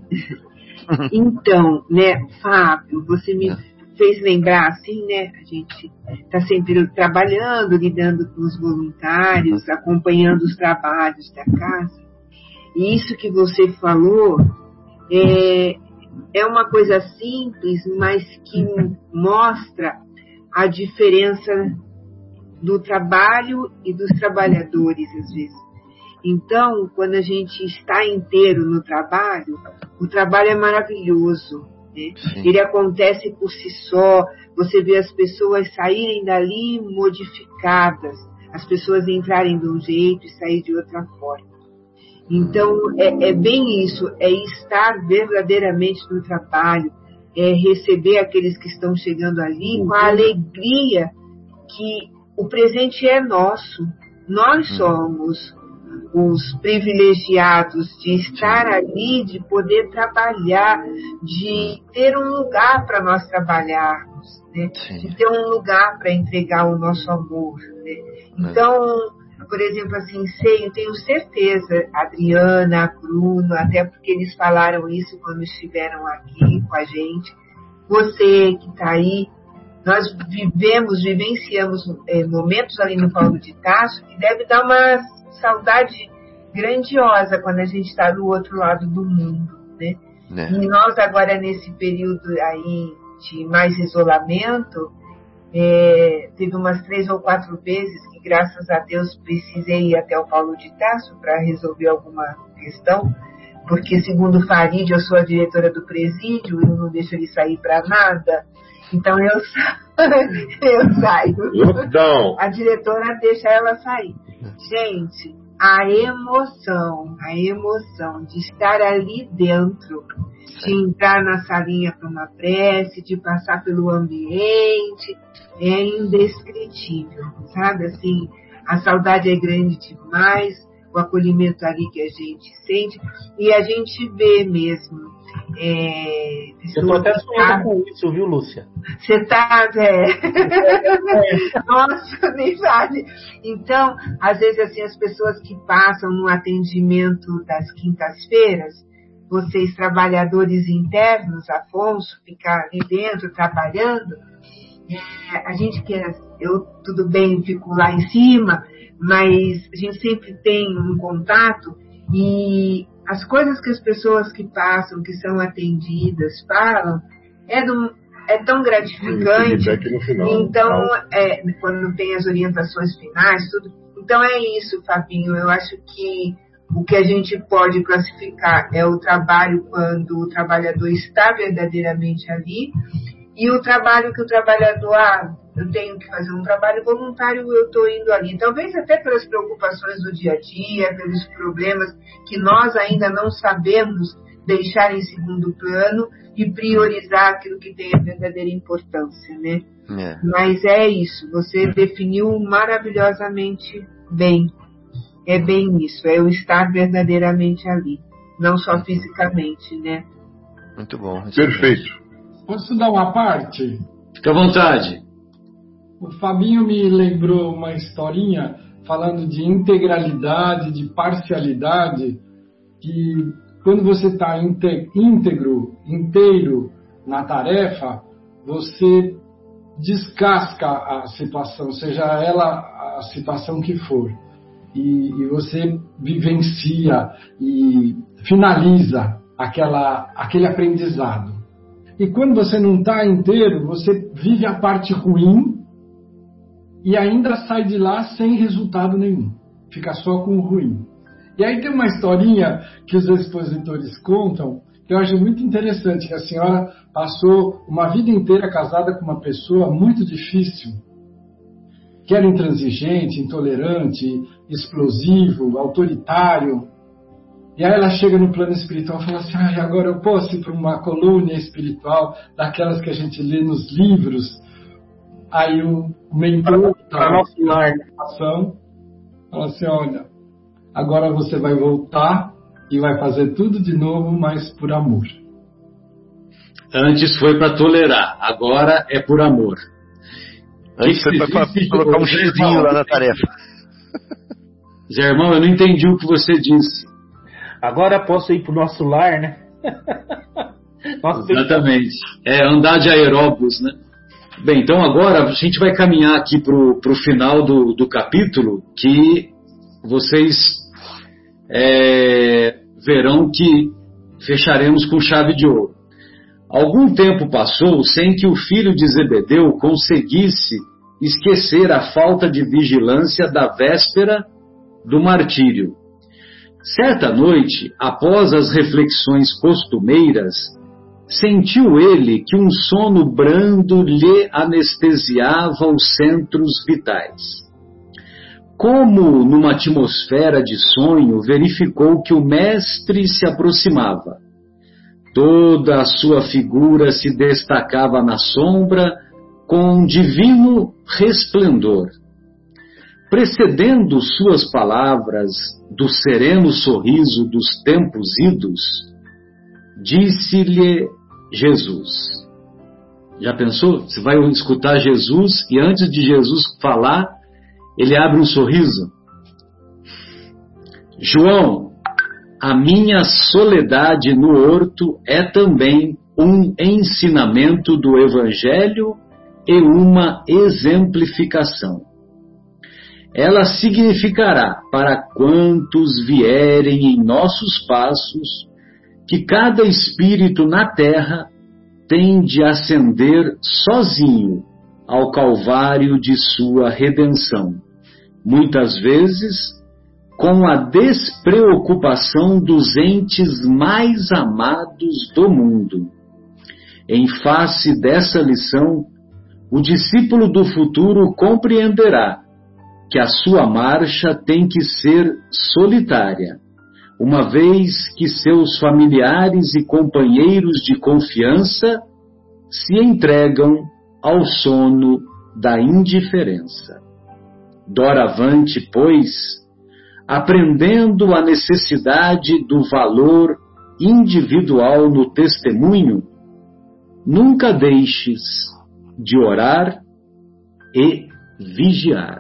Então, né, Fábio, você me fez lembrar, assim, né, a gente está sempre trabalhando, lidando com os voluntários, acompanhando os trabalhos da casa. E isso que você falou é, é uma coisa simples, mas que mostra a diferença do trabalho e dos trabalhadores, às vezes. Então, quando a gente está inteiro no trabalho, o trabalho é maravilhoso, né? Ele acontece por si só, você vê as pessoas saírem dali modificadas, as pessoas entrarem de um jeito e sair de outra forma. Então, é, é bem isso, é estar verdadeiramente no trabalho, é receber aqueles que estão chegando ali com a alegria que o presente é nosso. Nós somos os privilegiados de estar ali, de poder trabalhar, de ter um lugar para nós trabalharmos, né? De ter um lugar para entregar o nosso amor, né? Então, por exemplo, assim, sei, eu tenho certeza, Adriana, Bruno, até porque eles falaram isso quando estiveram aqui com a gente, você que está aí, nós vivemos, vivenciamos é, momentos ali no Paulo de Tarso que deve dar uma saudade grandiosa quando a gente está do outro lado do mundo, né? né? E nós agora nesse período aí de mais isolamento, é, teve umas três ou quatro vezes que graças a Deus precisei ir até o Paulo de Tarso para resolver alguma questão, porque segundo Farid eu sou a diretora do presídio e eu não deixo ele sair para nada. Então eu, eu saio. Lockdown. A diretora deixa ela sair. Gente, a emoção, a emoção de estar ali dentro, de entrar na salinha para uma prece, de passar pelo ambiente, é indescritível, sabe? Assim, a saudade é grande demais, o acolhimento ali que a gente sente, e a gente vê mesmo. É, eu estou até sonhando com isso, viu, Lúcia? Você está, é... Nossa, nem sabe. Então, às vezes, assim, as pessoas que passam no atendimento das quintas-feiras, vocês trabalhadores internos, Afonso, ficar ali dentro trabalhando, é, a gente quer, eu tudo bem, fico lá em cima, mas a gente sempre tem um contato e as coisas que as pessoas que passam, que são atendidas, falam, é, do, é tão gratificante. Então, é, quando tem as orientações finais, tudo. Então é isso, Fabinho. Eu acho que o que a gente pode classificar é o trabalho quando o trabalhador está verdadeiramente ali e o trabalho que o trabalhador, ah, eu tenho que fazer um trabalho voluntário, eu estou indo ali. Talvez até pelas preocupações do dia a dia, pelos problemas que nós ainda não sabemos deixar em segundo plano e priorizar aquilo que tem a verdadeira importância, né? É. Mas é isso, você definiu maravilhosamente bem. É bem isso, é eu estar verdadeiramente ali, não só fisicamente, né? Muito bom. Perfeito. Posso dar uma parte? Fica à vontade. O Fabinho me lembrou uma historinha falando de integralidade, de parcialidade, que quando você está íntegro, inteiro na tarefa, você descasca a situação, seja ela a situação que for, e, e você vivencia e finaliza aquela, aquele aprendizado. E quando você não está inteiro, você vive a parte ruim e ainda sai de lá sem resultado nenhum. Fica só com o ruim. E aí tem uma historinha que os expositores contam, que eu acho muito interessante, que a senhora passou uma vida inteira casada com uma pessoa muito difícil, que era intransigente, intolerante, explosivo, autoritário. E aí ela chega no plano espiritual e fala assim, ah, agora eu posso ir para uma colônia espiritual, daquelas que a gente lê nos livros. Aí o mentor da ação fala assim, olha, agora você vai voltar e vai fazer tudo de novo, mas por amor. Antes foi para tolerar, agora é por amor. Antes foi para colocar um xizinho lá na tarefa. Zé Irmão, eu não entendi o que você disse. Agora posso ir para o nosso lar, né? Nossa, exatamente. É andar de aeróbus, né? Bem, então agora a gente vai caminhar aqui para o final do, do capítulo, que vocês é, verão que fecharemos com chave de ouro. Algum tempo passou sem que o filho de Zebedeu conseguisse esquecer a falta de vigilância da véspera do martírio. Certa noite, após as reflexões costumeiras, sentiu ele que um sono brando lhe anestesiava os centros vitais. Como numa atmosfera de sonho, verificou que o mestre se aproximava. Toda a sua figura se destacava na sombra com um divino resplendor. Precedendo suas palavras do sereno sorriso dos tempos idos, disse-lhe Jesus. Já pensou? Você vai escutar Jesus e antes de Jesus falar, ele abre um sorriso. João, a minha soledade no horto é também um ensinamento do Evangelho e uma exemplificação. Ela significará para quantos vierem em nossos passos que cada espírito na terra tem de ascender sozinho ao calvário de sua redenção, muitas vezes com a despreocupação dos entes mais amados do mundo. Em face dessa lição, o discípulo do futuro compreenderá que a sua marcha tem que ser solitária, uma vez que seus familiares e companheiros de confiança se entregam ao sono da indiferença. Doravante, pois, aprendendo a necessidade do valor individual no testemunho, nunca deixes de orar e vigiar.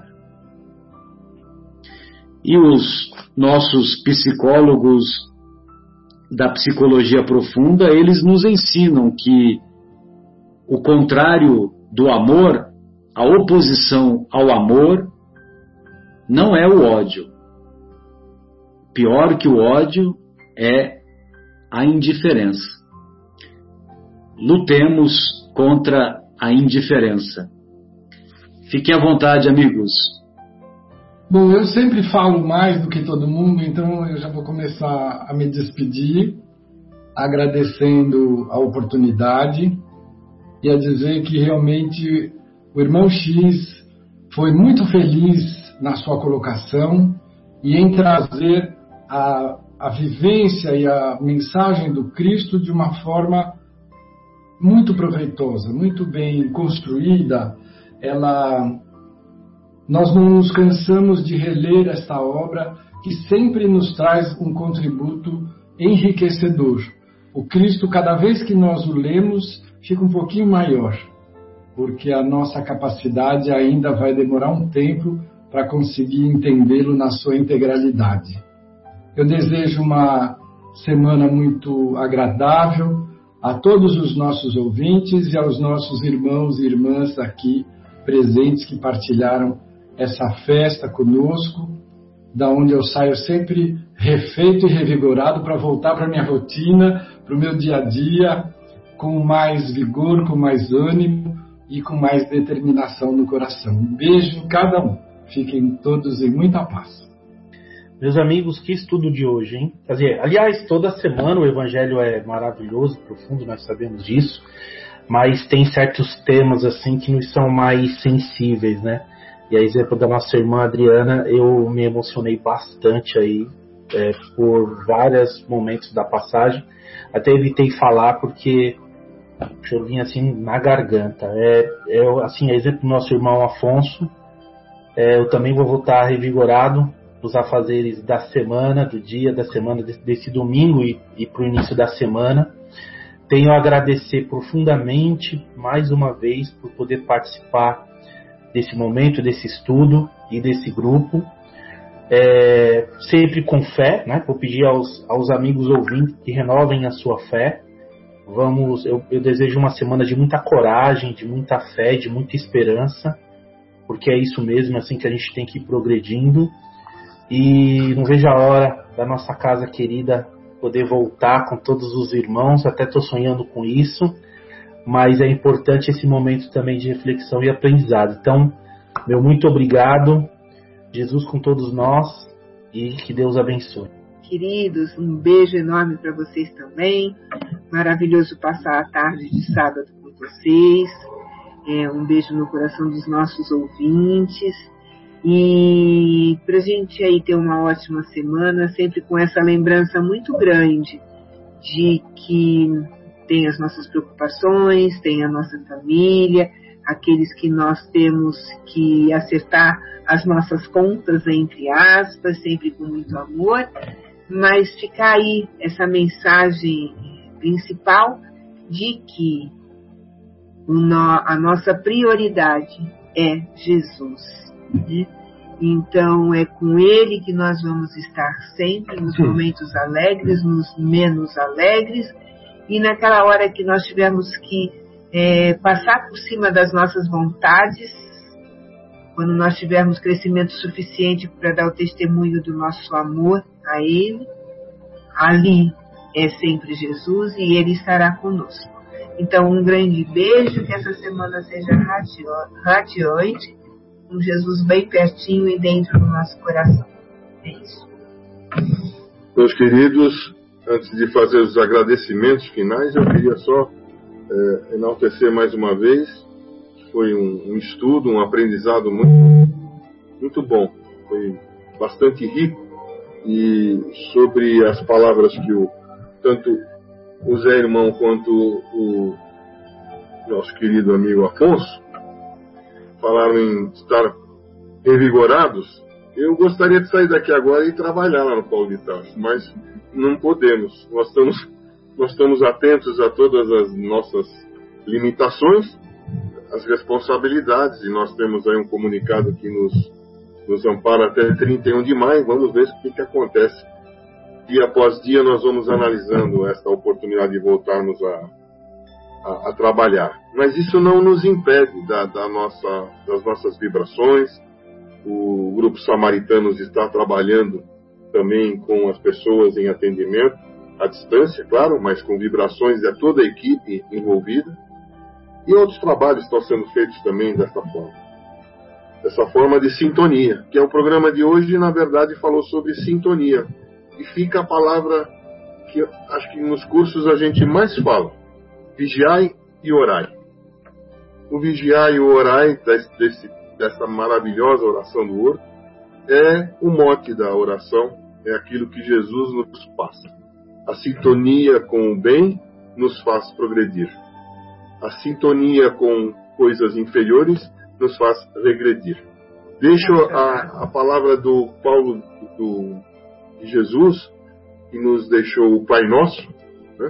E os nossos psicólogos da psicologia profunda, eles nos ensinam que o contrário do amor, a oposição ao amor, não é o ódio. Pior que o ódio é a indiferença. Lutemos contra a indiferença. Fiquem à vontade, amigos. Bom, eu sempre falo mais do que todo mundo, então eu já vou começar a me despedir, agradecendo a oportunidade e a dizer que realmente o irmão X foi muito feliz na sua colocação e em trazer a, a vivência e a mensagem do Cristo de uma forma muito proveitosa, muito bem construída. Ela... Nós não nos cansamos de reler esta obra que sempre nos traz um contributo enriquecedor. O Cristo, cada vez que nós o lemos, fica um pouquinho maior, porque a nossa capacidade ainda vai demorar um tempo para conseguir entendê-lo na sua integralidade. Eu desejo uma semana muito agradável a todos os nossos ouvintes e aos nossos irmãos e irmãs aqui presentes que partilharam essa festa conosco, da onde eu saio sempre refeito e revigorado para voltar para a minha rotina, para o meu dia a dia, com mais vigor, com mais ânimo e com mais determinação no coração. Um beijo em cada um. Fiquem todos em muita paz. Meus amigos, que estudo de hoje, hein? Quer dizer, aliás, toda semana o Evangelho é maravilhoso, profundo, nós sabemos disso, mas tem certos temas assim que nos são mais sensíveis, né? E a exemplo da nossa irmã Adriana, eu me emocionei bastante aí é, por vários momentos da passagem. Até evitei falar porque eu vim assim na garganta. É, é assim, a exemplo do nosso irmão Afonso, é, eu também vou voltar revigorado nos afazeres da semana, do dia da semana, desse, desse domingo e, e para o início da semana. tenho a agradecer profundamente, mais uma vez, por poder participar desse momento, desse estudo e desse grupo. É, sempre com fé, né? Vou pedir aos, aos amigos ouvintes que renovem a sua fé. Vamos, eu, eu desejo uma semana de muita coragem, de muita fé, de muita esperança, porque é isso mesmo, assim que a gente tem que ir progredindo. E não vejo a hora da nossa casa querida poder voltar com todos os irmãos, até estou sonhando com isso, mas é importante esse momento também de reflexão e aprendizado. Então, meu muito obrigado, Jesus com todos nós, e que Deus abençoe. Queridos, um beijo enorme para vocês também. Maravilhoso passar a tarde de sábado com vocês. É, um beijo no coração dos nossos ouvintes. E para a gente aí ter uma ótima semana, sempre com essa lembrança muito grande de que tem as nossas preocupações, tem a nossa família, aqueles que nós temos que acertar as nossas contas, entre aspas, sempre com muito amor, mas ficar aí essa mensagem principal de que a nossa prioridade é Jesus, né? Então é com Ele que nós vamos estar sempre, nos momentos alegres, nos menos alegres, e naquela hora que nós tivermos que é, passar por cima das nossas vontades, quando nós tivermos crescimento suficiente para dar o testemunho do nosso amor a Ele, ali é sempre Jesus e Ele estará conosco. Então, um grande beijo, que essa semana seja radiante, com Jesus bem pertinho e dentro do nosso coração. É isso. Meus queridos, antes de fazer os agradecimentos finais, eu queria só é, enaltecer mais uma vez. Foi um, um estudo, um aprendizado muito, muito bom. Foi bastante rico. E sobre as palavras que o, tanto o Zé Irmão quanto o nosso querido amigo Afonso falaram em estar revigorados, eu gostaria de sair daqui agora e trabalhar lá no Paulo de Tarso, mas não podemos. Nós estamos, nós estamos atentos a todas as nossas limitações, as responsabilidades, e nós temos aí um comunicado que nos, nos ampara até trinta e um de maio. Vamos ver o que, que acontece. Dia após dia nós vamos analisando esta oportunidade de voltarmos a, a, a trabalhar. Mas isso não nos impede da, da nossa, das nossas vibrações. O Grupo Samaritanos está trabalhando também com as pessoas em atendimento, à distância, claro, mas com vibrações de toda a equipe envolvida. E outros trabalhos estão sendo feitos também dessa forma. Dessa forma de sintonia, que é o programa de hoje, na verdade, falou sobre sintonia. E fica a palavra que acho que nos cursos a gente mais fala: vigiai e orai. O vigiai e o orai, desse, dessa maravilhosa oração do Horto, é o mote da oração, é aquilo que Jesus nos passa. A sintonia com o bem nos faz progredir. A sintonia com coisas inferiores nos faz regredir. Deixo a, a palavra do Paulo, do, de Jesus, que nos deixou o Pai Nosso, né?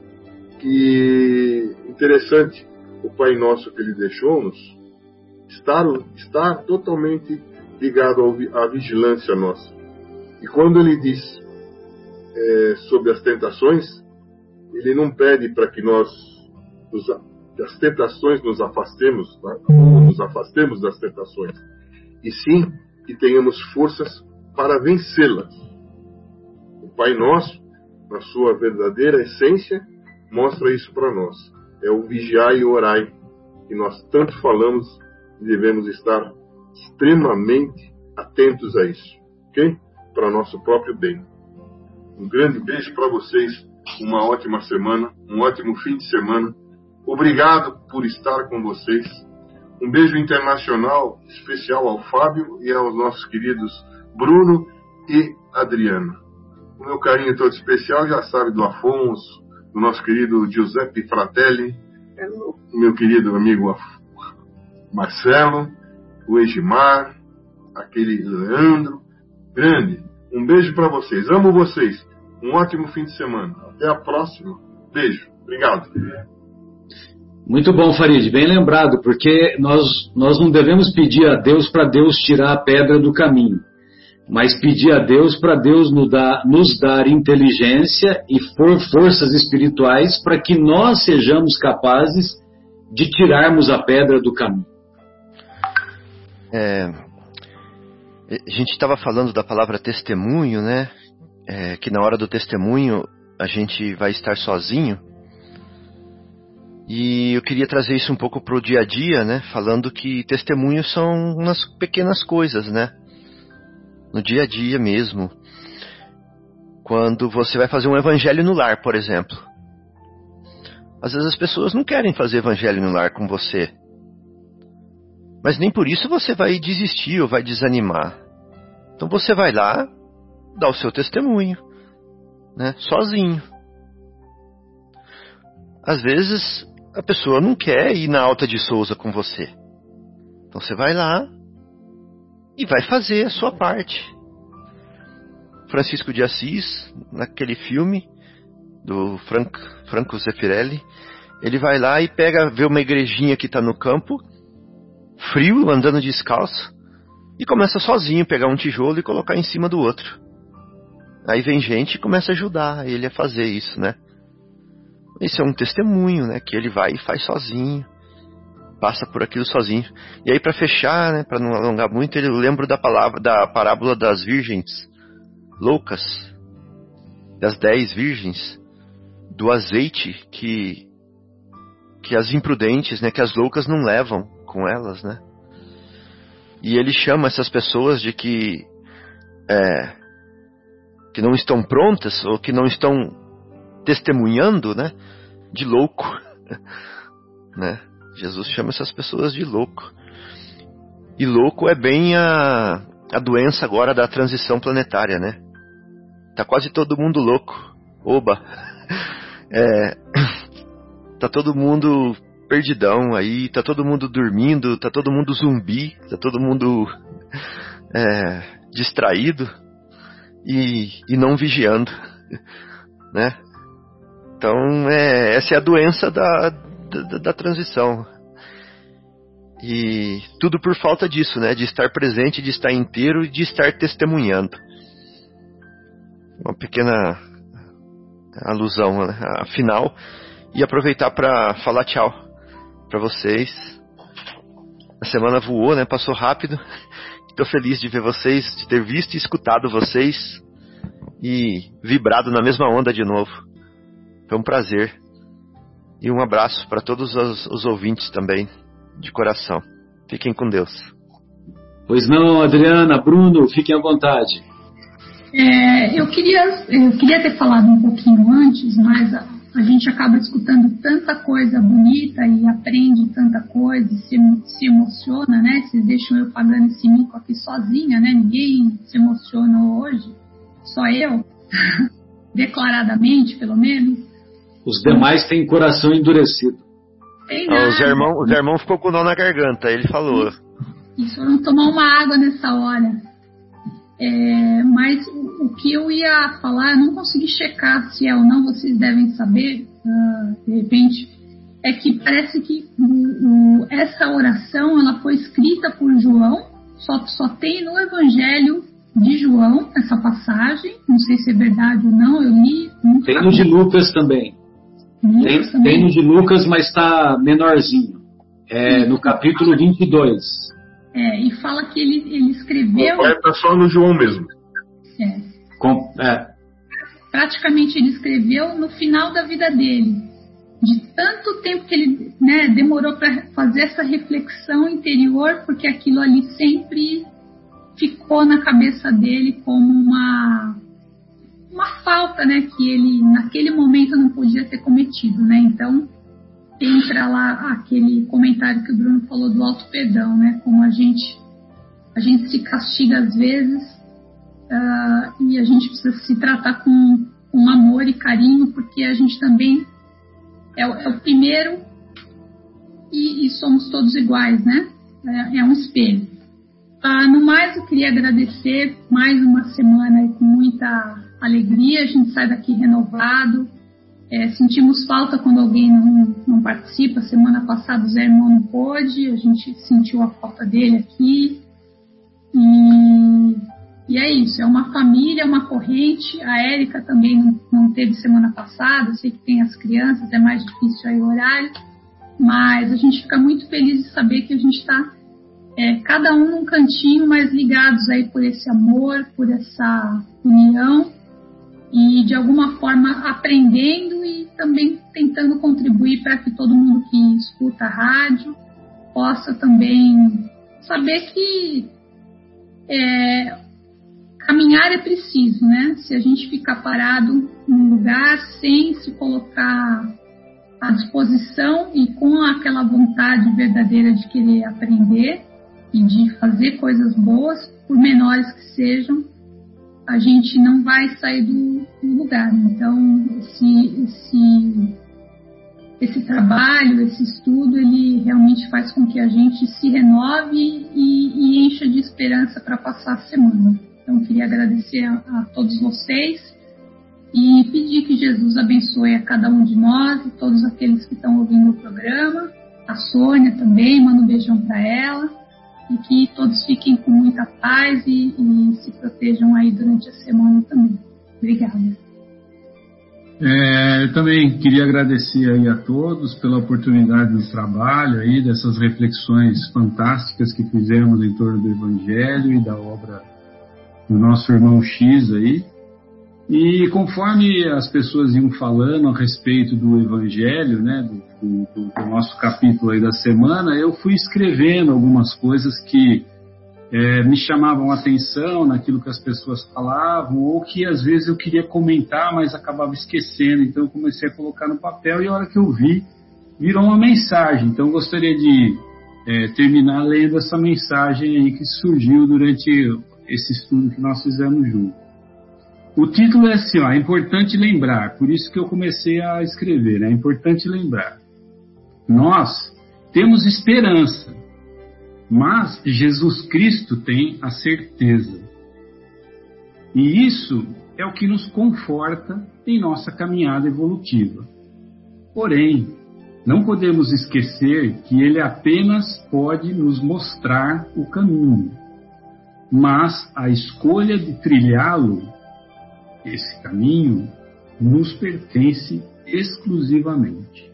Que interessante, o Pai Nosso que Ele deixou-nos, estar, estar totalmente ligado ao, à vigilância nossa. E quando Ele diz é, sobre as tentações, Ele não pede para que nós nos, das tentações nos afastemos, tá? Ou nos afastemos das tentações, e sim que tenhamos forças para vencê-las. O Pai Nosso, na sua verdadeira essência, mostra isso para nós. É o vigiai e orai, que nós tanto falamos, e devemos estar extremamente atentos a isso, ok? Para nosso próprio bem. Um grande beijo para vocês, uma ótima semana, um ótimo fim de semana. Obrigado por estar com vocês. Um beijo internacional especial ao Fábio e aos nossos queridos Bruno e Adriana. O meu carinho todo especial, já sabe, do Afonso, do nosso querido Giuseppe Fratelli, o meu querido amigo Marcelo, o Egimar, aquele Leandro. Grande. Um beijo para vocês. Amo vocês. Um ótimo fim de semana. Até a próxima. Beijo. Obrigado. Muito bom, Farid, bem lembrado, porque nós, nós não devemos pedir a Deus para Deus tirar a pedra do caminho, mas pedir a Deus para Deus nos dar, nos dar inteligência e for, forças espirituais para que nós sejamos capazes de tirarmos a pedra do caminho. É, a gente estava falando da palavra testemunho, né? É, que na hora do testemunho a gente vai estar sozinho. E eu queria trazer isso um pouco para o dia a dia, né? Falando que testemunhos são umas pequenas coisas, né? No dia a dia mesmo. Quando você vai fazer um evangelho no lar, por exemplo. Às vezes as pessoas não querem fazer evangelho no lar com você. Mas nem por isso você vai desistir ou vai desanimar. Então você vai lá, dá o seu testemunho, né? Sozinho. Às vezes a pessoa não quer ir na Alta de Souza com você. Então você vai lá e vai fazer a sua parte. Francisco de Assis, naquele filme do Franco, Franco Zeffirelli, ele vai lá e pega, vê uma igrejinha que está no campo, frio, andando descalço, e começa sozinho a pegar um tijolo e colocar em cima do outro. Aí vem gente e começa a ajudar ele a fazer isso, né? Esse é um testemunho, né? Que ele vai e faz sozinho, passa por aquilo sozinho. E aí, para fechar, né? Para não alongar muito, eu lembro da palavra, da parábola das virgens loucas, das dez virgens, do azeite que que as imprudentes, né? Que as loucas não levam com elas, né? E ele chama essas pessoas de que é, que não estão prontas ou que não estão testemunhando, né, de louco, né? Jesus chama essas pessoas de louco. E louco é bem a, a doença agora da transição planetária, né? Tá quase todo mundo louco. Oba! É, tá todo mundo perdidão aí, tá todo mundo dormindo, tá todo mundo zumbi, tá todo mundo é, distraído e, e não vigiando, né? Então, é, essa é a doença da, da, da transição. E tudo por falta disso, né? De estar presente, de estar inteiro e de estar testemunhando. Uma pequena alusão, né? Afinal, e aproveitar para falar tchau para vocês. A semana voou, né? Passou rápido. Estou feliz de ver vocês, de ter visto e escutado vocês e vibrado na mesma onda de novo. Foi um prazer. E um abraço para todos os, os ouvintes também, de coração. Fiquem com Deus. Pois não, Adriana, Bruno, fiquem à vontade. É, eu, queria, eu queria ter falado um pouquinho antes, mas a, a gente acaba escutando tanta coisa bonita e aprende tanta coisa, se, se emociona, né? Vocês deixam eu pagando esse mico aqui sozinha, né? Ninguém se emocionou hoje, só eu, declaradamente, pelo menos. Os demais têm coração endurecido. Ah, os irmãos os irmão ficou com o nó na garganta, ele falou. Isso, foram tomar uma água nessa hora. É, mas o, o que eu ia falar, eu não consegui checar se é ou não, vocês devem saber, uh, de repente, é que parece que o, o, essa oração ela foi escrita por João, só, só tem no Evangelho de João essa passagem, não sei se é verdade ou não, eu li. Tem no de Lucas também. Lucas tem, tem no de Lucas, mas está menorzinho. É no capítulo vinte e dois. É, e fala que ele, ele escreveu... Está só no João mesmo. É. Com, é. Praticamente ele escreveu no final da vida dele. De tanto tempo que ele, né, demorou para fazer essa reflexão interior, porque aquilo ali sempre ficou na cabeça dele como uma... uma falta, né, que ele naquele momento não podia ter cometido, né? Então entra lá aquele comentário que o Bruno falou do auto-perdão, né? Como a gente a gente se castiga às vezes uh, e a gente precisa se tratar com, com amor e carinho, porque a gente também é, é o primeiro e, e somos todos iguais, né? É, é um espelho. Ah, no mais, eu queria agradecer mais uma semana aí com muita alegria. A gente sai daqui renovado, É, sentimos falta quando alguém não, não participa. Semana passada o Zé Irmão não pôde, a gente sentiu a falta dele aqui. E, e é isso, é uma família, é uma corrente. A Érica também não, não teve semana passada, eu sei que tem as crianças, é mais difícil aí o horário, mas a gente fica muito feliz de saber que a gente está é, cada um num cantinho, mas ligados aí por esse amor, por essa união e de alguma forma aprendendo e também tentando contribuir para que todo mundo que escuta a rádio possa também saber que é, caminhar é preciso, né? Se a gente ficar parado num lugar sem se colocar à disposição e com aquela vontade verdadeira de querer aprender e de fazer coisas boas, por menores que sejam, a gente não vai sair do, do lugar. Então, esse, esse, esse trabalho, esse estudo, ele realmente faz com que a gente se renove e, e encha de esperança para passar a semana. Então, queria agradecer a, a todos vocês e pedir que Jesus abençoe a cada um de nós e todos aqueles que estão ouvindo o programa. A Sônia também, manda um beijão para ela. E que todos fiquem com muita paz e, e se protejam aí durante a semana também. Obrigada. É, eu também queria agradecer aí a todos pela oportunidade do trabalho aí, dessas reflexões fantásticas que fizemos em torno do Evangelho e da obra do nosso irmão X aí. E conforme as pessoas iam falando a respeito do Evangelho, né, do, do, do nosso capítulo aí da semana, eu fui escrevendo algumas coisas que é, me chamavam a atenção naquilo que as pessoas falavam, ou que às vezes eu queria comentar, mas acabava esquecendo. Então eu comecei a colocar no papel e a hora que eu vi, virou uma mensagem. Então eu gostaria de é, terminar lendo essa mensagem aí que surgiu durante esse estudo que nós fizemos juntos. O título é assim, ó, é importante lembrar, por isso que eu comecei a escrever, né? É importante lembrar. Nós temos esperança, mas Jesus Cristo tem a certeza. E isso é o que nos conforta em nossa caminhada evolutiva. Porém, não podemos esquecer que Ele apenas pode nos mostrar o caminho, mas a escolha de trilhá-lo, esse caminho, nos pertence exclusivamente.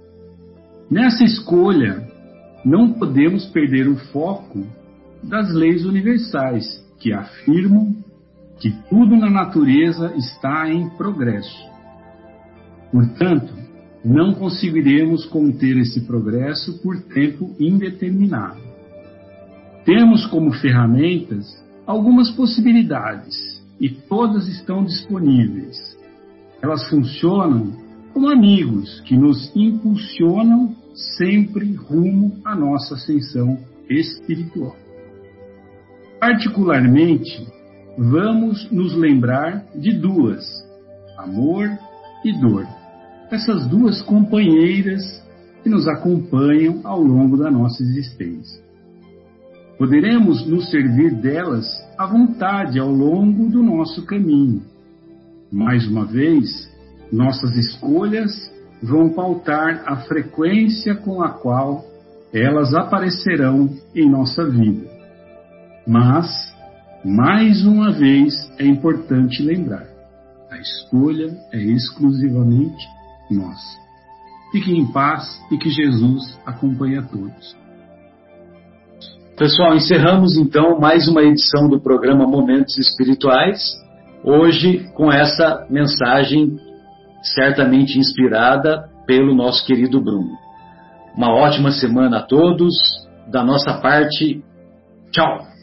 Nessa escolha, não podemos perder o foco das leis universais, que afirmam que tudo na natureza está em progresso. Portanto, não conseguiremos conter esse progresso por tempo indeterminado. Temos como ferramentas algumas possibilidades, e todas estão disponíveis. Elas funcionam como amigos que nos impulsionam sempre rumo à nossa ascensão espiritual. Particularmente, vamos nos lembrar de duas, amor e dor. Essas duas companheiras que nos acompanham ao longo da nossa existência. Poderemos nos servir delas à vontade ao longo do nosso caminho. Mais uma vez, nossas escolhas vão pautar a frequência com a qual elas aparecerão em nossa vida. Mas, mais uma vez, é importante lembrar, a escolha é exclusivamente nossa. Fiquem em paz e que Jesus acompanhe a todos. Pessoal, encerramos então mais uma edição do programa Momentos Espirituais, hoje com essa mensagem certamente inspirada pelo nosso querido Bruno. Uma ótima semana a todos, da nossa parte, tchau!